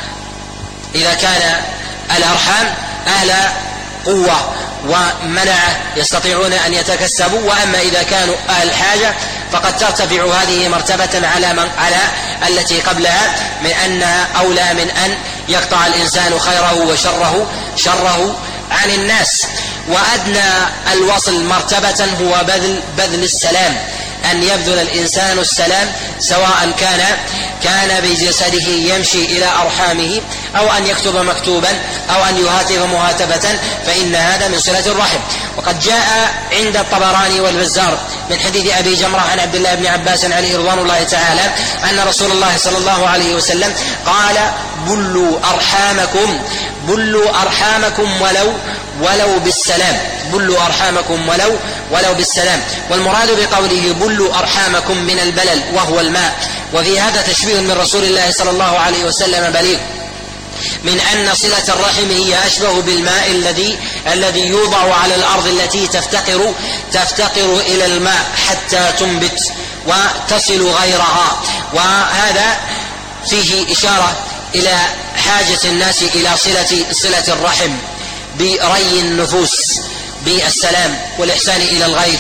إذا كان الأرحام أهل قوة ومنعة يستطيعون أن يتكسبوا. وأما إذا كانوا أهل حاجة فقد ترتفع هذه مرتبة على من على التي قبلها، من أنها أولى من أن يقطع الإنسان خيره وشره شره عن الناس. وأدنى الوصل مرتبة هو بذل بذل السلام، أن يبذل الإنسان السلام سواء كان كان بجسده يمشي إلى أرحامه أو أن يكتب مكتوبا أو أن يهاتف مهاتفة، فإن هذا من صلة الرحم. وقد جاء عند الطبراني والبزار من حديث أبي جمرة عن عبد الله بن عباس عليه رضوان الله تعالى أن رسول الله صلى الله عليه وسلم قال: بلوا أرحامكم بلوا أرحامكم ولو ولو بالسلام بلوا أرحامكم ولو ولو بالسلام. والمراد بقوله بلوا أرحامكم من البلل وهو الماء، وفي هذا تشبيه من رسول الله صلى الله عليه وسلم بليغ، من أن صلة الرحم هي أشبه بالماء الذي الذي يوضع على الأرض التي تفتقر تفتقر إلى الماء حتى تنبت وتصل غيرها. وهذا فيه إشارة إلى حاجة الناس إلى صلة صلة الرحم بري النفوس بالسلام والإحسان إلى الغير،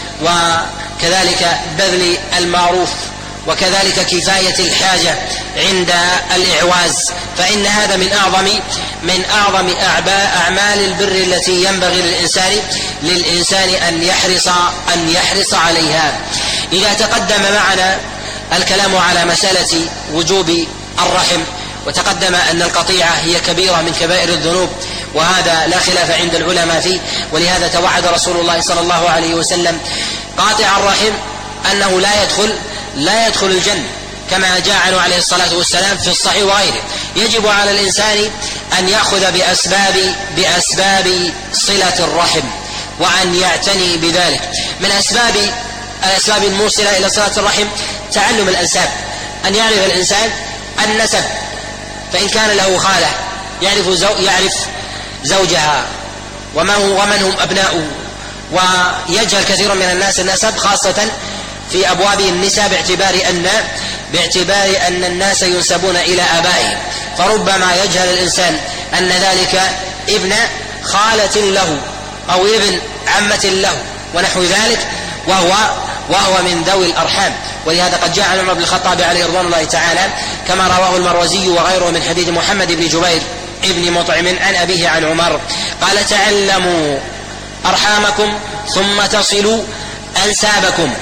وكذلك بذل المعروف، وكذلك كفاية الحاجة عند الإعواز، فإن هذا من أعظم من أعظم أعمال البر التي ينبغي للإنسان للإنسان أن يحرص أن يحرص عليها. إذا تقدم معنا الكلام على مسألة وجوب الرحم، وتقدم أن القطيعة هي كبيرة من كبائر الذنوب، وهذا لا خلاف عند العلماء فيه، ولهذا توعد رسول الله صلى الله عليه وسلم قاطع الرحم أنه لا يدخل لا يدخل الجنة، كما جاء عنه عليه الصلاة والسلام في الصحيح وغيره. يجب على الإنسان أن يأخذ بأسباب بأسباب صلة الرحم وأن يعتني بذلك. من أسباب الأسباب الموصلة إلى صلة الرحم تعلم الأنساب، أن يعرف الإنسان النسب، فإن كان له خالة يعرف زو يعرف زوجها وما هو ومن هم أبناؤه. ويجهل كثير من الناس النسب خاصة في أبواب النساء باعتبار أن باعتبار أن الناس ينسبون إلى آبائهم، فربما يجهل الإنسان أن ذلك ابن خالة له أو ابن عمة له ونحو ذلك، وهو وهو من ذوي الأرحام. ولهذا قد جاء عن عمر بن الخطاب عليه رضوان الله تعالى كما رواه المروزي وغيره من حديث محمد بن جبير ابن مطعم عن أبيه عن عمر قال: تعلموا أرحامكم ثم تصلوا أنسابكم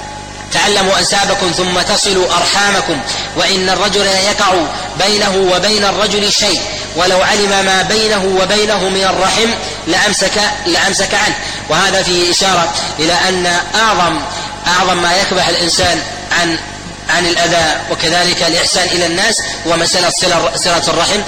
تعلموا أنسابكم ثم تصلوا أرحامكم، وإن الرجل يقع بينه وبين الرجل شيء ولو علم ما بينه وبينه من الرحم لأمسك, لأمسك عنه. وهذا فيه إشارة إلى أن أعظم, أعظم ما يكبح الإنسان عن عن الأذى وكذلك الإحسان إلى الناس ومسألة صلة الرحم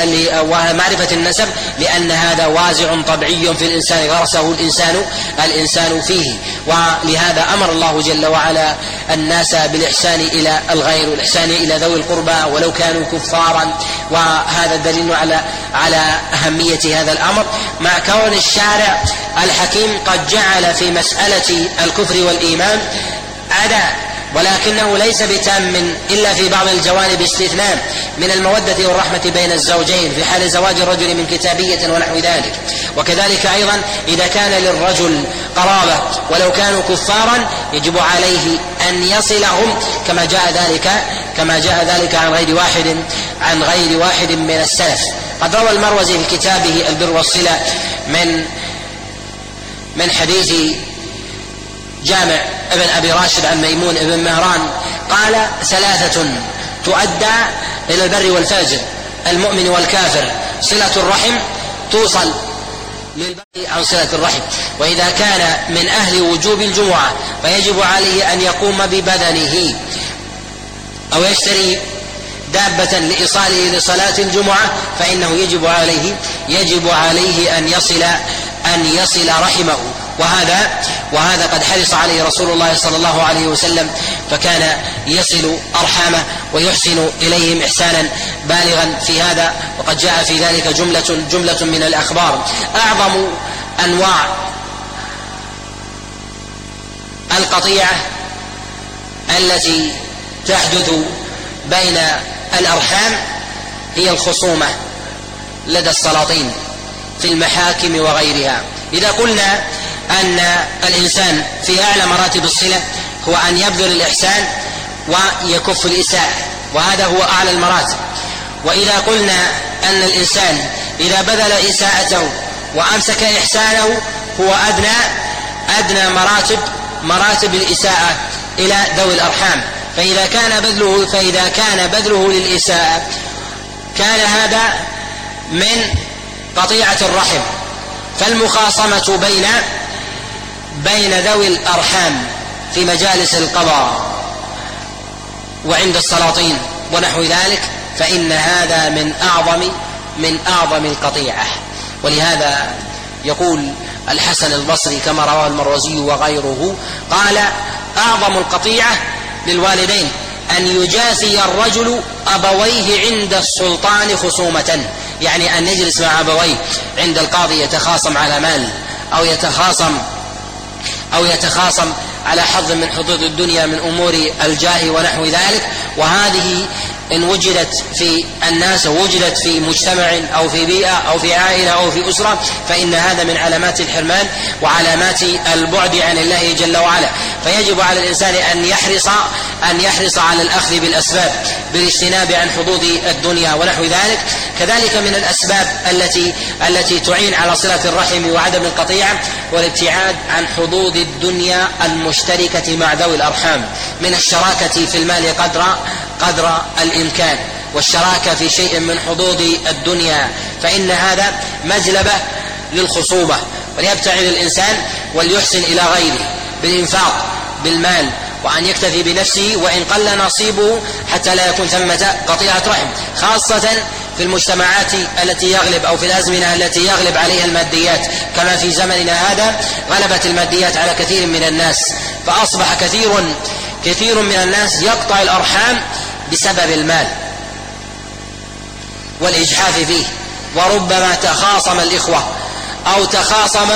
ومعرفة النسب، لأن هذا وازع طبيعي في الإنسان غرسه الإنسان الإنسان فيه. ولهذا أمر الله جل وعلا الناس بالإحسان إلى الغير والإحسان إلى ذوي القربى ولو كانوا كفارا، وهذا دليل على على أهمية هذا الأمر، مع كون الشارع الحكيم قد جعل في مسألة الكفر والإيمان عداء، ولكنه ليس بتام إلا في بعض الجوانب استثناء من المودة والرحمة بين الزوجين في حال زواج الرجل من كتابية ونحو ذلك. وكذلك أيضا إذا كان للرجل قرابة ولو كانوا كفارا يجب عليه أن يصلهم كما جاء ذلك كما جاء ذلك عن غير واحد عن غير واحد من السلف. قد روى المروزي في كتابه البر والصلة من من حديث جامع ابن أبي راشد عن ميمون ابن مهران قال: ثلاثة تؤدى إلى البر والفاجر المؤمن والكافر، صلة الرحم توصل للبر عن صلة الرحم، وإذا كان من أهل وجوب الجمعة فيجب عليه أن يقوم ببدنه أو يشتري دابة لإيصاله لصلاة الجمعة فإنه يجب عليه يجب عليه أن يصل أن يصل رحمه. وهذا وهذا قد حرص عليه رسول الله صلى الله عليه وسلم، فكان يصل أرحامه ويحسن إليهم إحسانا بالغا في هذا، وقد جاء في ذلك جملة جملة من الأخبار. أعظم أنواع القطيعة التي تحدث بين الأرحام هي الخصومة لدى السلاطين في المحاكم وغيرها. إذا قلنا أن الإنسان في أعلى مراتب الصلة هو أن يبذل الإحسان ويكف الإساءة، وهذا هو أعلى المراتب. وإذا قلنا أن الإنسان إذا بذل إساءته وأمسك إحسانه هو أدنى أدنى مراتب مراتب الإساءة إلى ذوي الأرحام، فإذا كان بذله فإذا كان بذله للإساءة كان هذا من قطيعة الرحم. فالمخاصمة بين بين ذوي الأرحام في مجالس القضاء وعند السلاطين ونحو ذلك فإن هذا من أعظم من أعظم القطيعة. ولهذا يقول الحسن البصري كما رواه المروزي وغيره قال: أعظم القطيعة للوالدين أن يجازي الرجل أبويه عند السلطان خصومة، يعني أن يجلس مع أبويه عند القاضي يتخاصم على مال أو يتخاصم أو يتخاصم على حظ من حظوظ الدنيا من أمور الجاه ونحو ذلك. وهذه إن وجدت في الناس ووجدت في مجتمع أو في بيئة أو في عائلة أو في أسرة فإن هذا من علامات الحرمان وعلامات البعد عن الله جل وعلا. فيجب على الإنسان أن يحرص أن يحرص على الأخذ بالأسباب بالاجتناب عن حظوظ الدنيا ونحو ذلك. كذلك من الأسباب التي التي تعين على صلة الرحم وعدم القطيعة والابتعاد عن حظوظ الدنيا المشتركة مع ذوي الأرحام، من الشراكة في المال قدر قدر الإمكان والشراكة في شيء من حظوظ الدنيا، فإن هذا مجلبة للخصوبة. وليبتعد الإنسان وليحسن إلى غيره بالإنفاق بالمال، وأن يكتفي بنفسه وإن قل نصيبه حتى لا يكون ثمة قطيعة رحم، خاصة في المجتمعات التي يغلب أو في الأزمنة التي يغلب عليها الماديات، كما في زمننا هذا غلبت الماديات على كثير من الناس، فأصبح كثير كثير من الناس يقطع الأرحام بسبب المال والإجحاف فيه. وربما تخاصم الإخوة أو تخاصم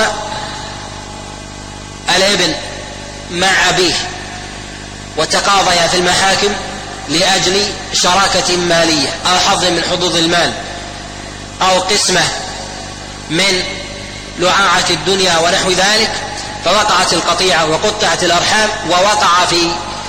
الابن مع أبيه وتقاضيا في المحاكم لأجل شراكة مالية أو حظ من حظوظ المال أو قسمة من لعاعة الدنيا ونحو ذلك، فوقعت القطيعة وقطعت الأرحام ووقع في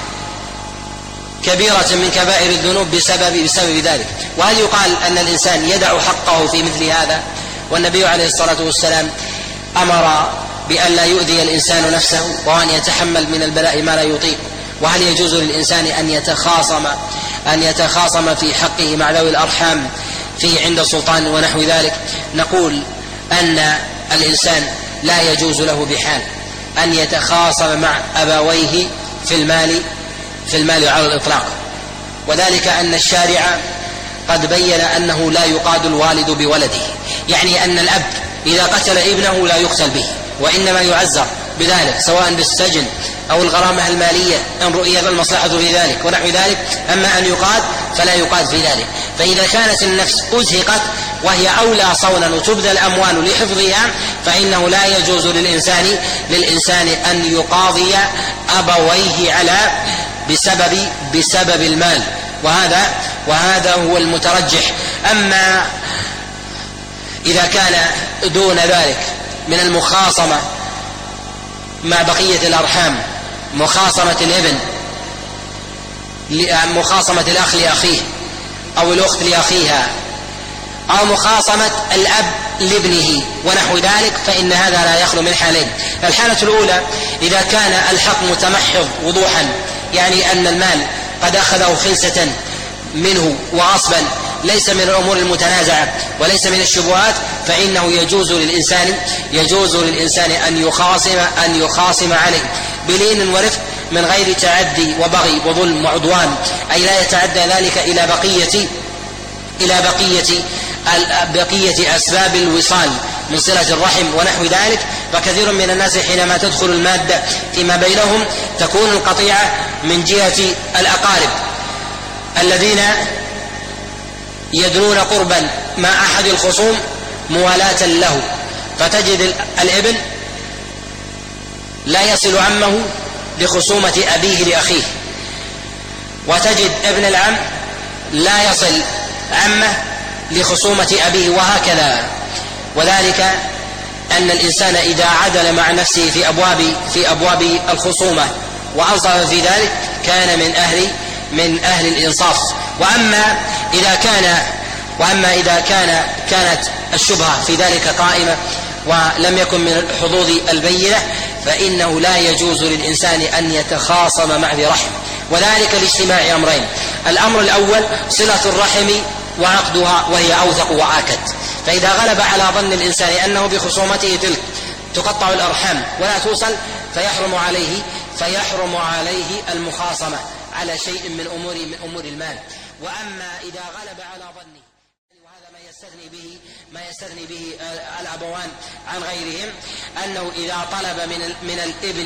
كبيرة من كبائر الذنوب بسبب بسبب ذلك. وهل يقال أن الإنسان يدع حقه في مثل هذا؟ والنبي عليه الصلاة والسلام أمر بأن لا يؤذي الإنسان نفسه وأن يتحمل من البلاء ما لا يطيق. وهل يجوز للإنسان أن يتخاصم أن يتخاصم في حقه مع ذوي الأرحام في عند السلطان ونحو ذلك؟ نقول أن الإنسان لا يجوز له بحال أن يتخاصم مع أبويه في المال في المال على الإطلاق، وذلك أن الشارع قد بين أنه لا يقاد الوالد بولده، يعني أن الأب إذا قتل ابنه لا يقتل به وإنما يعزر بذلك سواء بالسجن أو الغرامة المالية إن رؤيت المصلحة في ذلك ونحو ذلك. أما أن يقاد فلا يقاد في ذلك. فإذا كانت النفس أزهقت وهي أولى صونا وتبذل الأموال لحفظها فإنه لا يجوز للإنسان للإنسان أن يقاضي أبويه على بسبب بسبب المال، وهذا وهذا هو المترجح. أما إذا كان دون ذلك من المخاصمة مع بقية الأرحام، مخاصمة الابن مخاصمة الأخ لأخيه أو الأخت لأخيها أو مخاصمة الأب لابنه ونحو ذلك، فإن هذا لا يخلو من حالين. الحالة الأولى إذا كان الحق متمحض وضوحا، يعني أن المال قد أخذه خلسة منه وغصبا ليس من الأمور المتنازعة وليس من الشبهات، فإنه يجوز للإنسان يجوز للإنسان أن يخاصم أن يخاصم عليه بلين ورفق من غير تعدي وبغي وظلم وعدوان، أي لا يتعدى ذلك إلى بقية إلى بقية بقية أسباب الوصال من صلة الرحم ونحو ذلك. فكثير من الناس حينما تدخل المادة فيما بينهم تكون القطيعة من جهة الأقارب الذين يدنون قربا مع أحد الخصوم موالاة له، فتجد الابن لا يصل عمه لخصومة أبيه لأخيه، وتجد ابن العم لا يصل عمه لخصومة أبيه، وهكذا. وذلك أن الإنسان إذا عدل مع نفسه في أبواب في أبواب الخصومة وأنصف في ذلك كان من أهل من أهل الإنصاف. وأما إذا كان وأما إذا كان كانت الشبهة في ذلك قائمة ولم يكن من الحظوظ البينة فإنه لا يجوز للإنسان أن يتخاصم مع ذي رحم، وذلك لاجتماع أمرين. الأمر الأول صلة الرحم وعقدها، وهي أوثق وآكد. فإذا غلب على ظن الإنسان أنه بخصومته تلك تقطع الأرحام ولا توصل فيحرم عليه فيحرم عليه المخاصمة على شيء من أمور من أمور المال. وأما إذا غلب على ظنه، وهذا ما يستثني به ما يستثني به الأبوان عن غيرهم، أنه إذا طلب من من الابن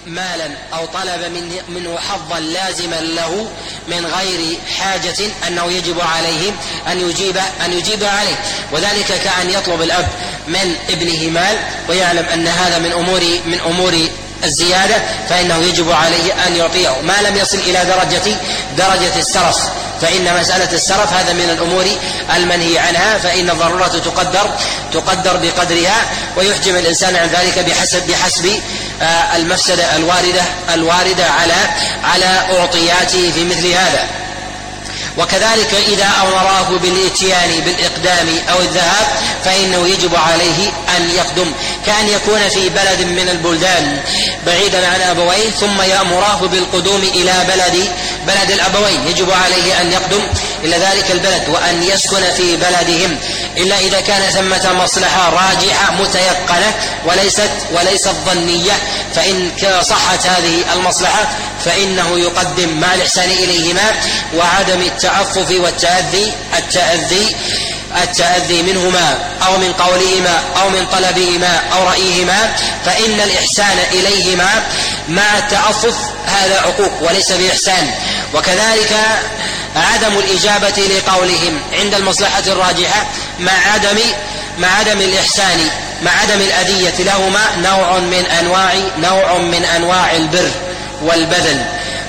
مالا أو طلب منه حظا لازما له من غير حاجة أنه يجب عليه أن يجيب أن يجيب عليه. وذلك كأن يطلب الأب من ابنه مال ويعلم أن هذا من أمور من أمور الزيادة، فإنه يجب عليه أن يعطيه ما لم يصل إلى درجة درجة السرف، فإن مسألة السرف هذا من الأمور المنهي عنها، فإن الضرورة تقدر تقدر بقدرها، ويحجم الإنسان عن ذلك بحسب بحسب المفسدة الواردة الواردة على على أعطياته في مثل هذا. وكذلك إذا أمره بالإتيان بالإقدام أو الذهاب فإنه يجب عليه أن يقدم، كأن يكون في بلد من البلدان بعيدا عن أبويه ثم يأمره بالقدوم إلى بلد بلد الأبوين، يجب عليه أن يقدم إلى ذلك البلد وأن يسكن في بلدهم، إلا إذا كان ثمة مصلحة راجحة متيقنة وليست وليست ظنية، فإن صحت هذه المصلحة فإنه يقدم مع الإحسان إليهما وعدم التعفف والتأذي التأذي التأذي منهما أو من قولهما أو من طلبهما أو رأيهما، فإن الإحسان إليهما مع التعفف هذا عقوق وليس بإحسان. وكذلك عدم الإجابة لقولهم عند المصلحة الراجحة مع عدم مع عدم الإحسان مع عدم الأذية لهما نوع من أنواع نوع من أنواع البر والبذل.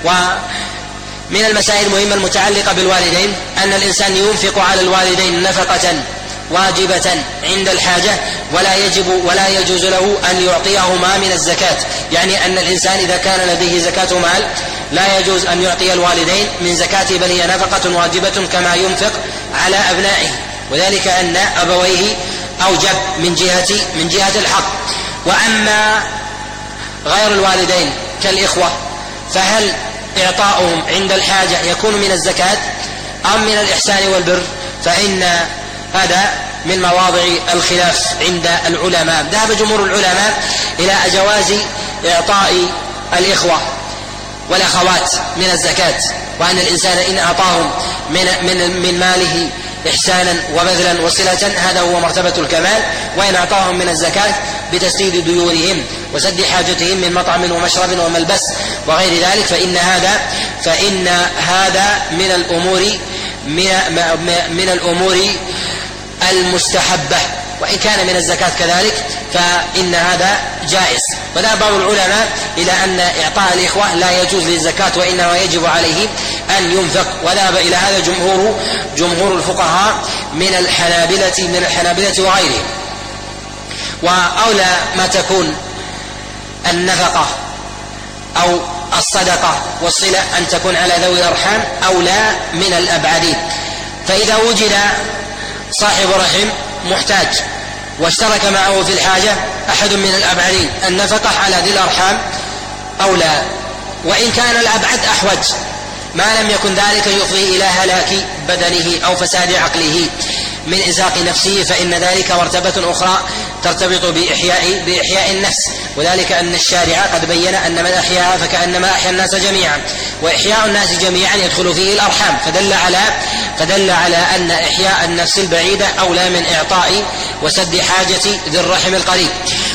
ومن المسائل المهمة المتعلقة بالوالدين أن الإنسان ينفق على الوالدين نفقة واجبة عند الحاجة ولا يجب ولا يجوز له أن يعطيهما من الزكاة، يعني أن الإنسان إذا كان لديه زكاة مال لا يجوز أن يعطي الوالدين من زكاته، بل هي نفقة واجبة كما ينفق على أبنائه، وذلك أن أبويه أوجب من جهة من جهة الحق. وأما غير الوالدين كالإخوة فهل إعطاؤهم عند الحاجة يكون من الزكاة أم من الإحسان والبر؟ فإن هذا من مواضع الخلاف عند العلماء. ذهب جمهور العلماء إلى جواز إعطاء الإخوة والأخوات من الزكاة، وأن الإنسان إن أعطاهم من, من, من ماله إحسانا وبذلا وصلة هذا هو مرتبة الكمال، وإن أعطاهم من الزكاة بتسديد ديونهم وسد حاجتهم من مطعم ومشرب وملبس وغير ذلك فإن هذا فإن هذا من الأمور من الأمور المستحبة، وإن كان من الزكاة كذلك فإن هذا جائز. وذهب بعض العلماء إلى أن إعطاء الإخوة لا يجوز للزكاة وإنما يجب عليه أن ينفق، وذهب إلى هذا جمهور جمهور الفقهاء من الحنابلة من الحنابلة وغيرهم. وأولى ما تكون النفقة أو الصدقة والصلة أن تكون على ذوي الأرحام أولى من الأبعدين، فإذا وجد صاحب رحم محتاج واشترك معه في الحاجة أحد من الأبعدين النفقة على ذي الأرحام أولى، وإن كان الأبعد أحوج ما لم يكن ذلك يفضي إلى هلاك بدنه أو فساد عقله من إزاق نفسه، فإن ذلك مرتبة أخرى ترتبط بإحياء, بإحياء النفس، وذلك أن الشارع قد بين أن من أحياها فكأنما أحيا الناس جميعا، وإحياء الناس جميعا يدخل فيه الأرحام، فدل على فدل على أن إحياء النفس البعيدة أولى من إعطاء وسد حاجة ذي الرحم القريب.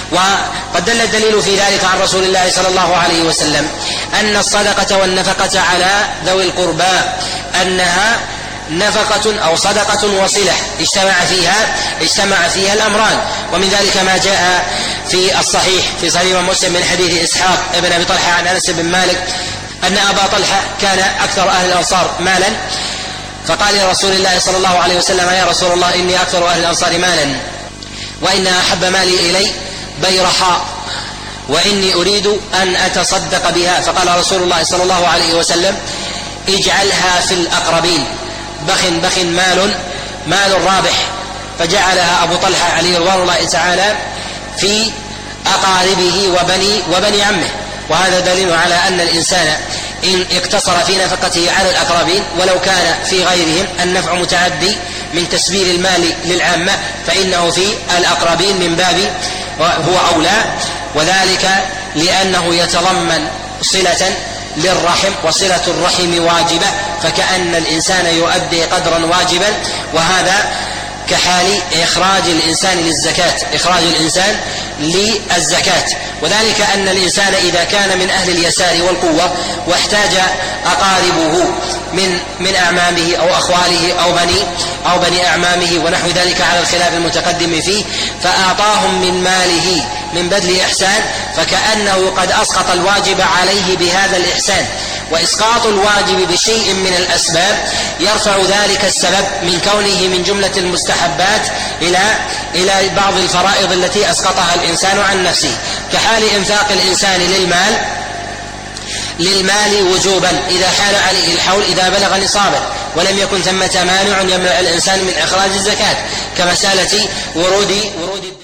وقد دل الدليل في ذلك عن رسول الله صلى الله عليه وسلم أن الصدقة والنفقة على ذوي القربى أنها نفقة أو صدقة وصلة اجتمع فيها اجتمع فيها الأمران. ومن ذلك ما جاء في الصحيح في صحيح مسلم من حديث إسحاق ابن أبي طلحة عن أنس بن مالك أن أبا طلحة كان أكثر أهل الأنصار مالا، فقال لرسول الله صلى الله عليه وسلم يا رسول الله إني أكثر أهل الأنصار مالا وإن أحب مالي إلي بيرحاء وإني أريد أن أتصدق بها، فقال رسول الله صلى الله عليه وسلم اجعلها في الأقربين، بخ بخ مال مال رابح، فجعلها أبو طلحة عليه رضوان الله تعالى في أقاربه وبني وبني عمه. وهذا دليل على أن الإنسان إن اقتصر في نفقته على الأقربين ولو كان في غيرهم النفع متعدي من تسبيل المال للعامة فإنه في الأقربين من باب هو أولى، وذلك لأنه يتضمن صلة للرحم، وصلة الرحم واجبة، فكأن الإنسان يؤدي قدرا واجبا، وهذا كحال إخراج الإنسان للزكاة إخراج الإنسان للزكاة. وذلك أن الإنسان إذا كان من أهل اليسار والقوة واحتاج أقاربه من من أعمامه أو أخواله أو بني أو بني أعمامه ونحو ذلك على الخلاف المتقدم فيه، فأعطاهم من ماله من بذل إحسان، فكأنه قد أسقط الواجب عليه بهذا الإحسان. وإسقاط الواجب بشيء من الأسباب يرفع ذلك السبب من كونه من جملة المستحبات إلى إلى بعض الفرائض التي أسقطها الإنسان عن نفسه، كحال إنفاق الإنسان للمال للمال وجوبا إذا حال عليه الحول إذا بلغ نصابه ولم يكن ثمة مانع يمنع الإنسان من إخراج الزكاة، كمسألة ورود ورود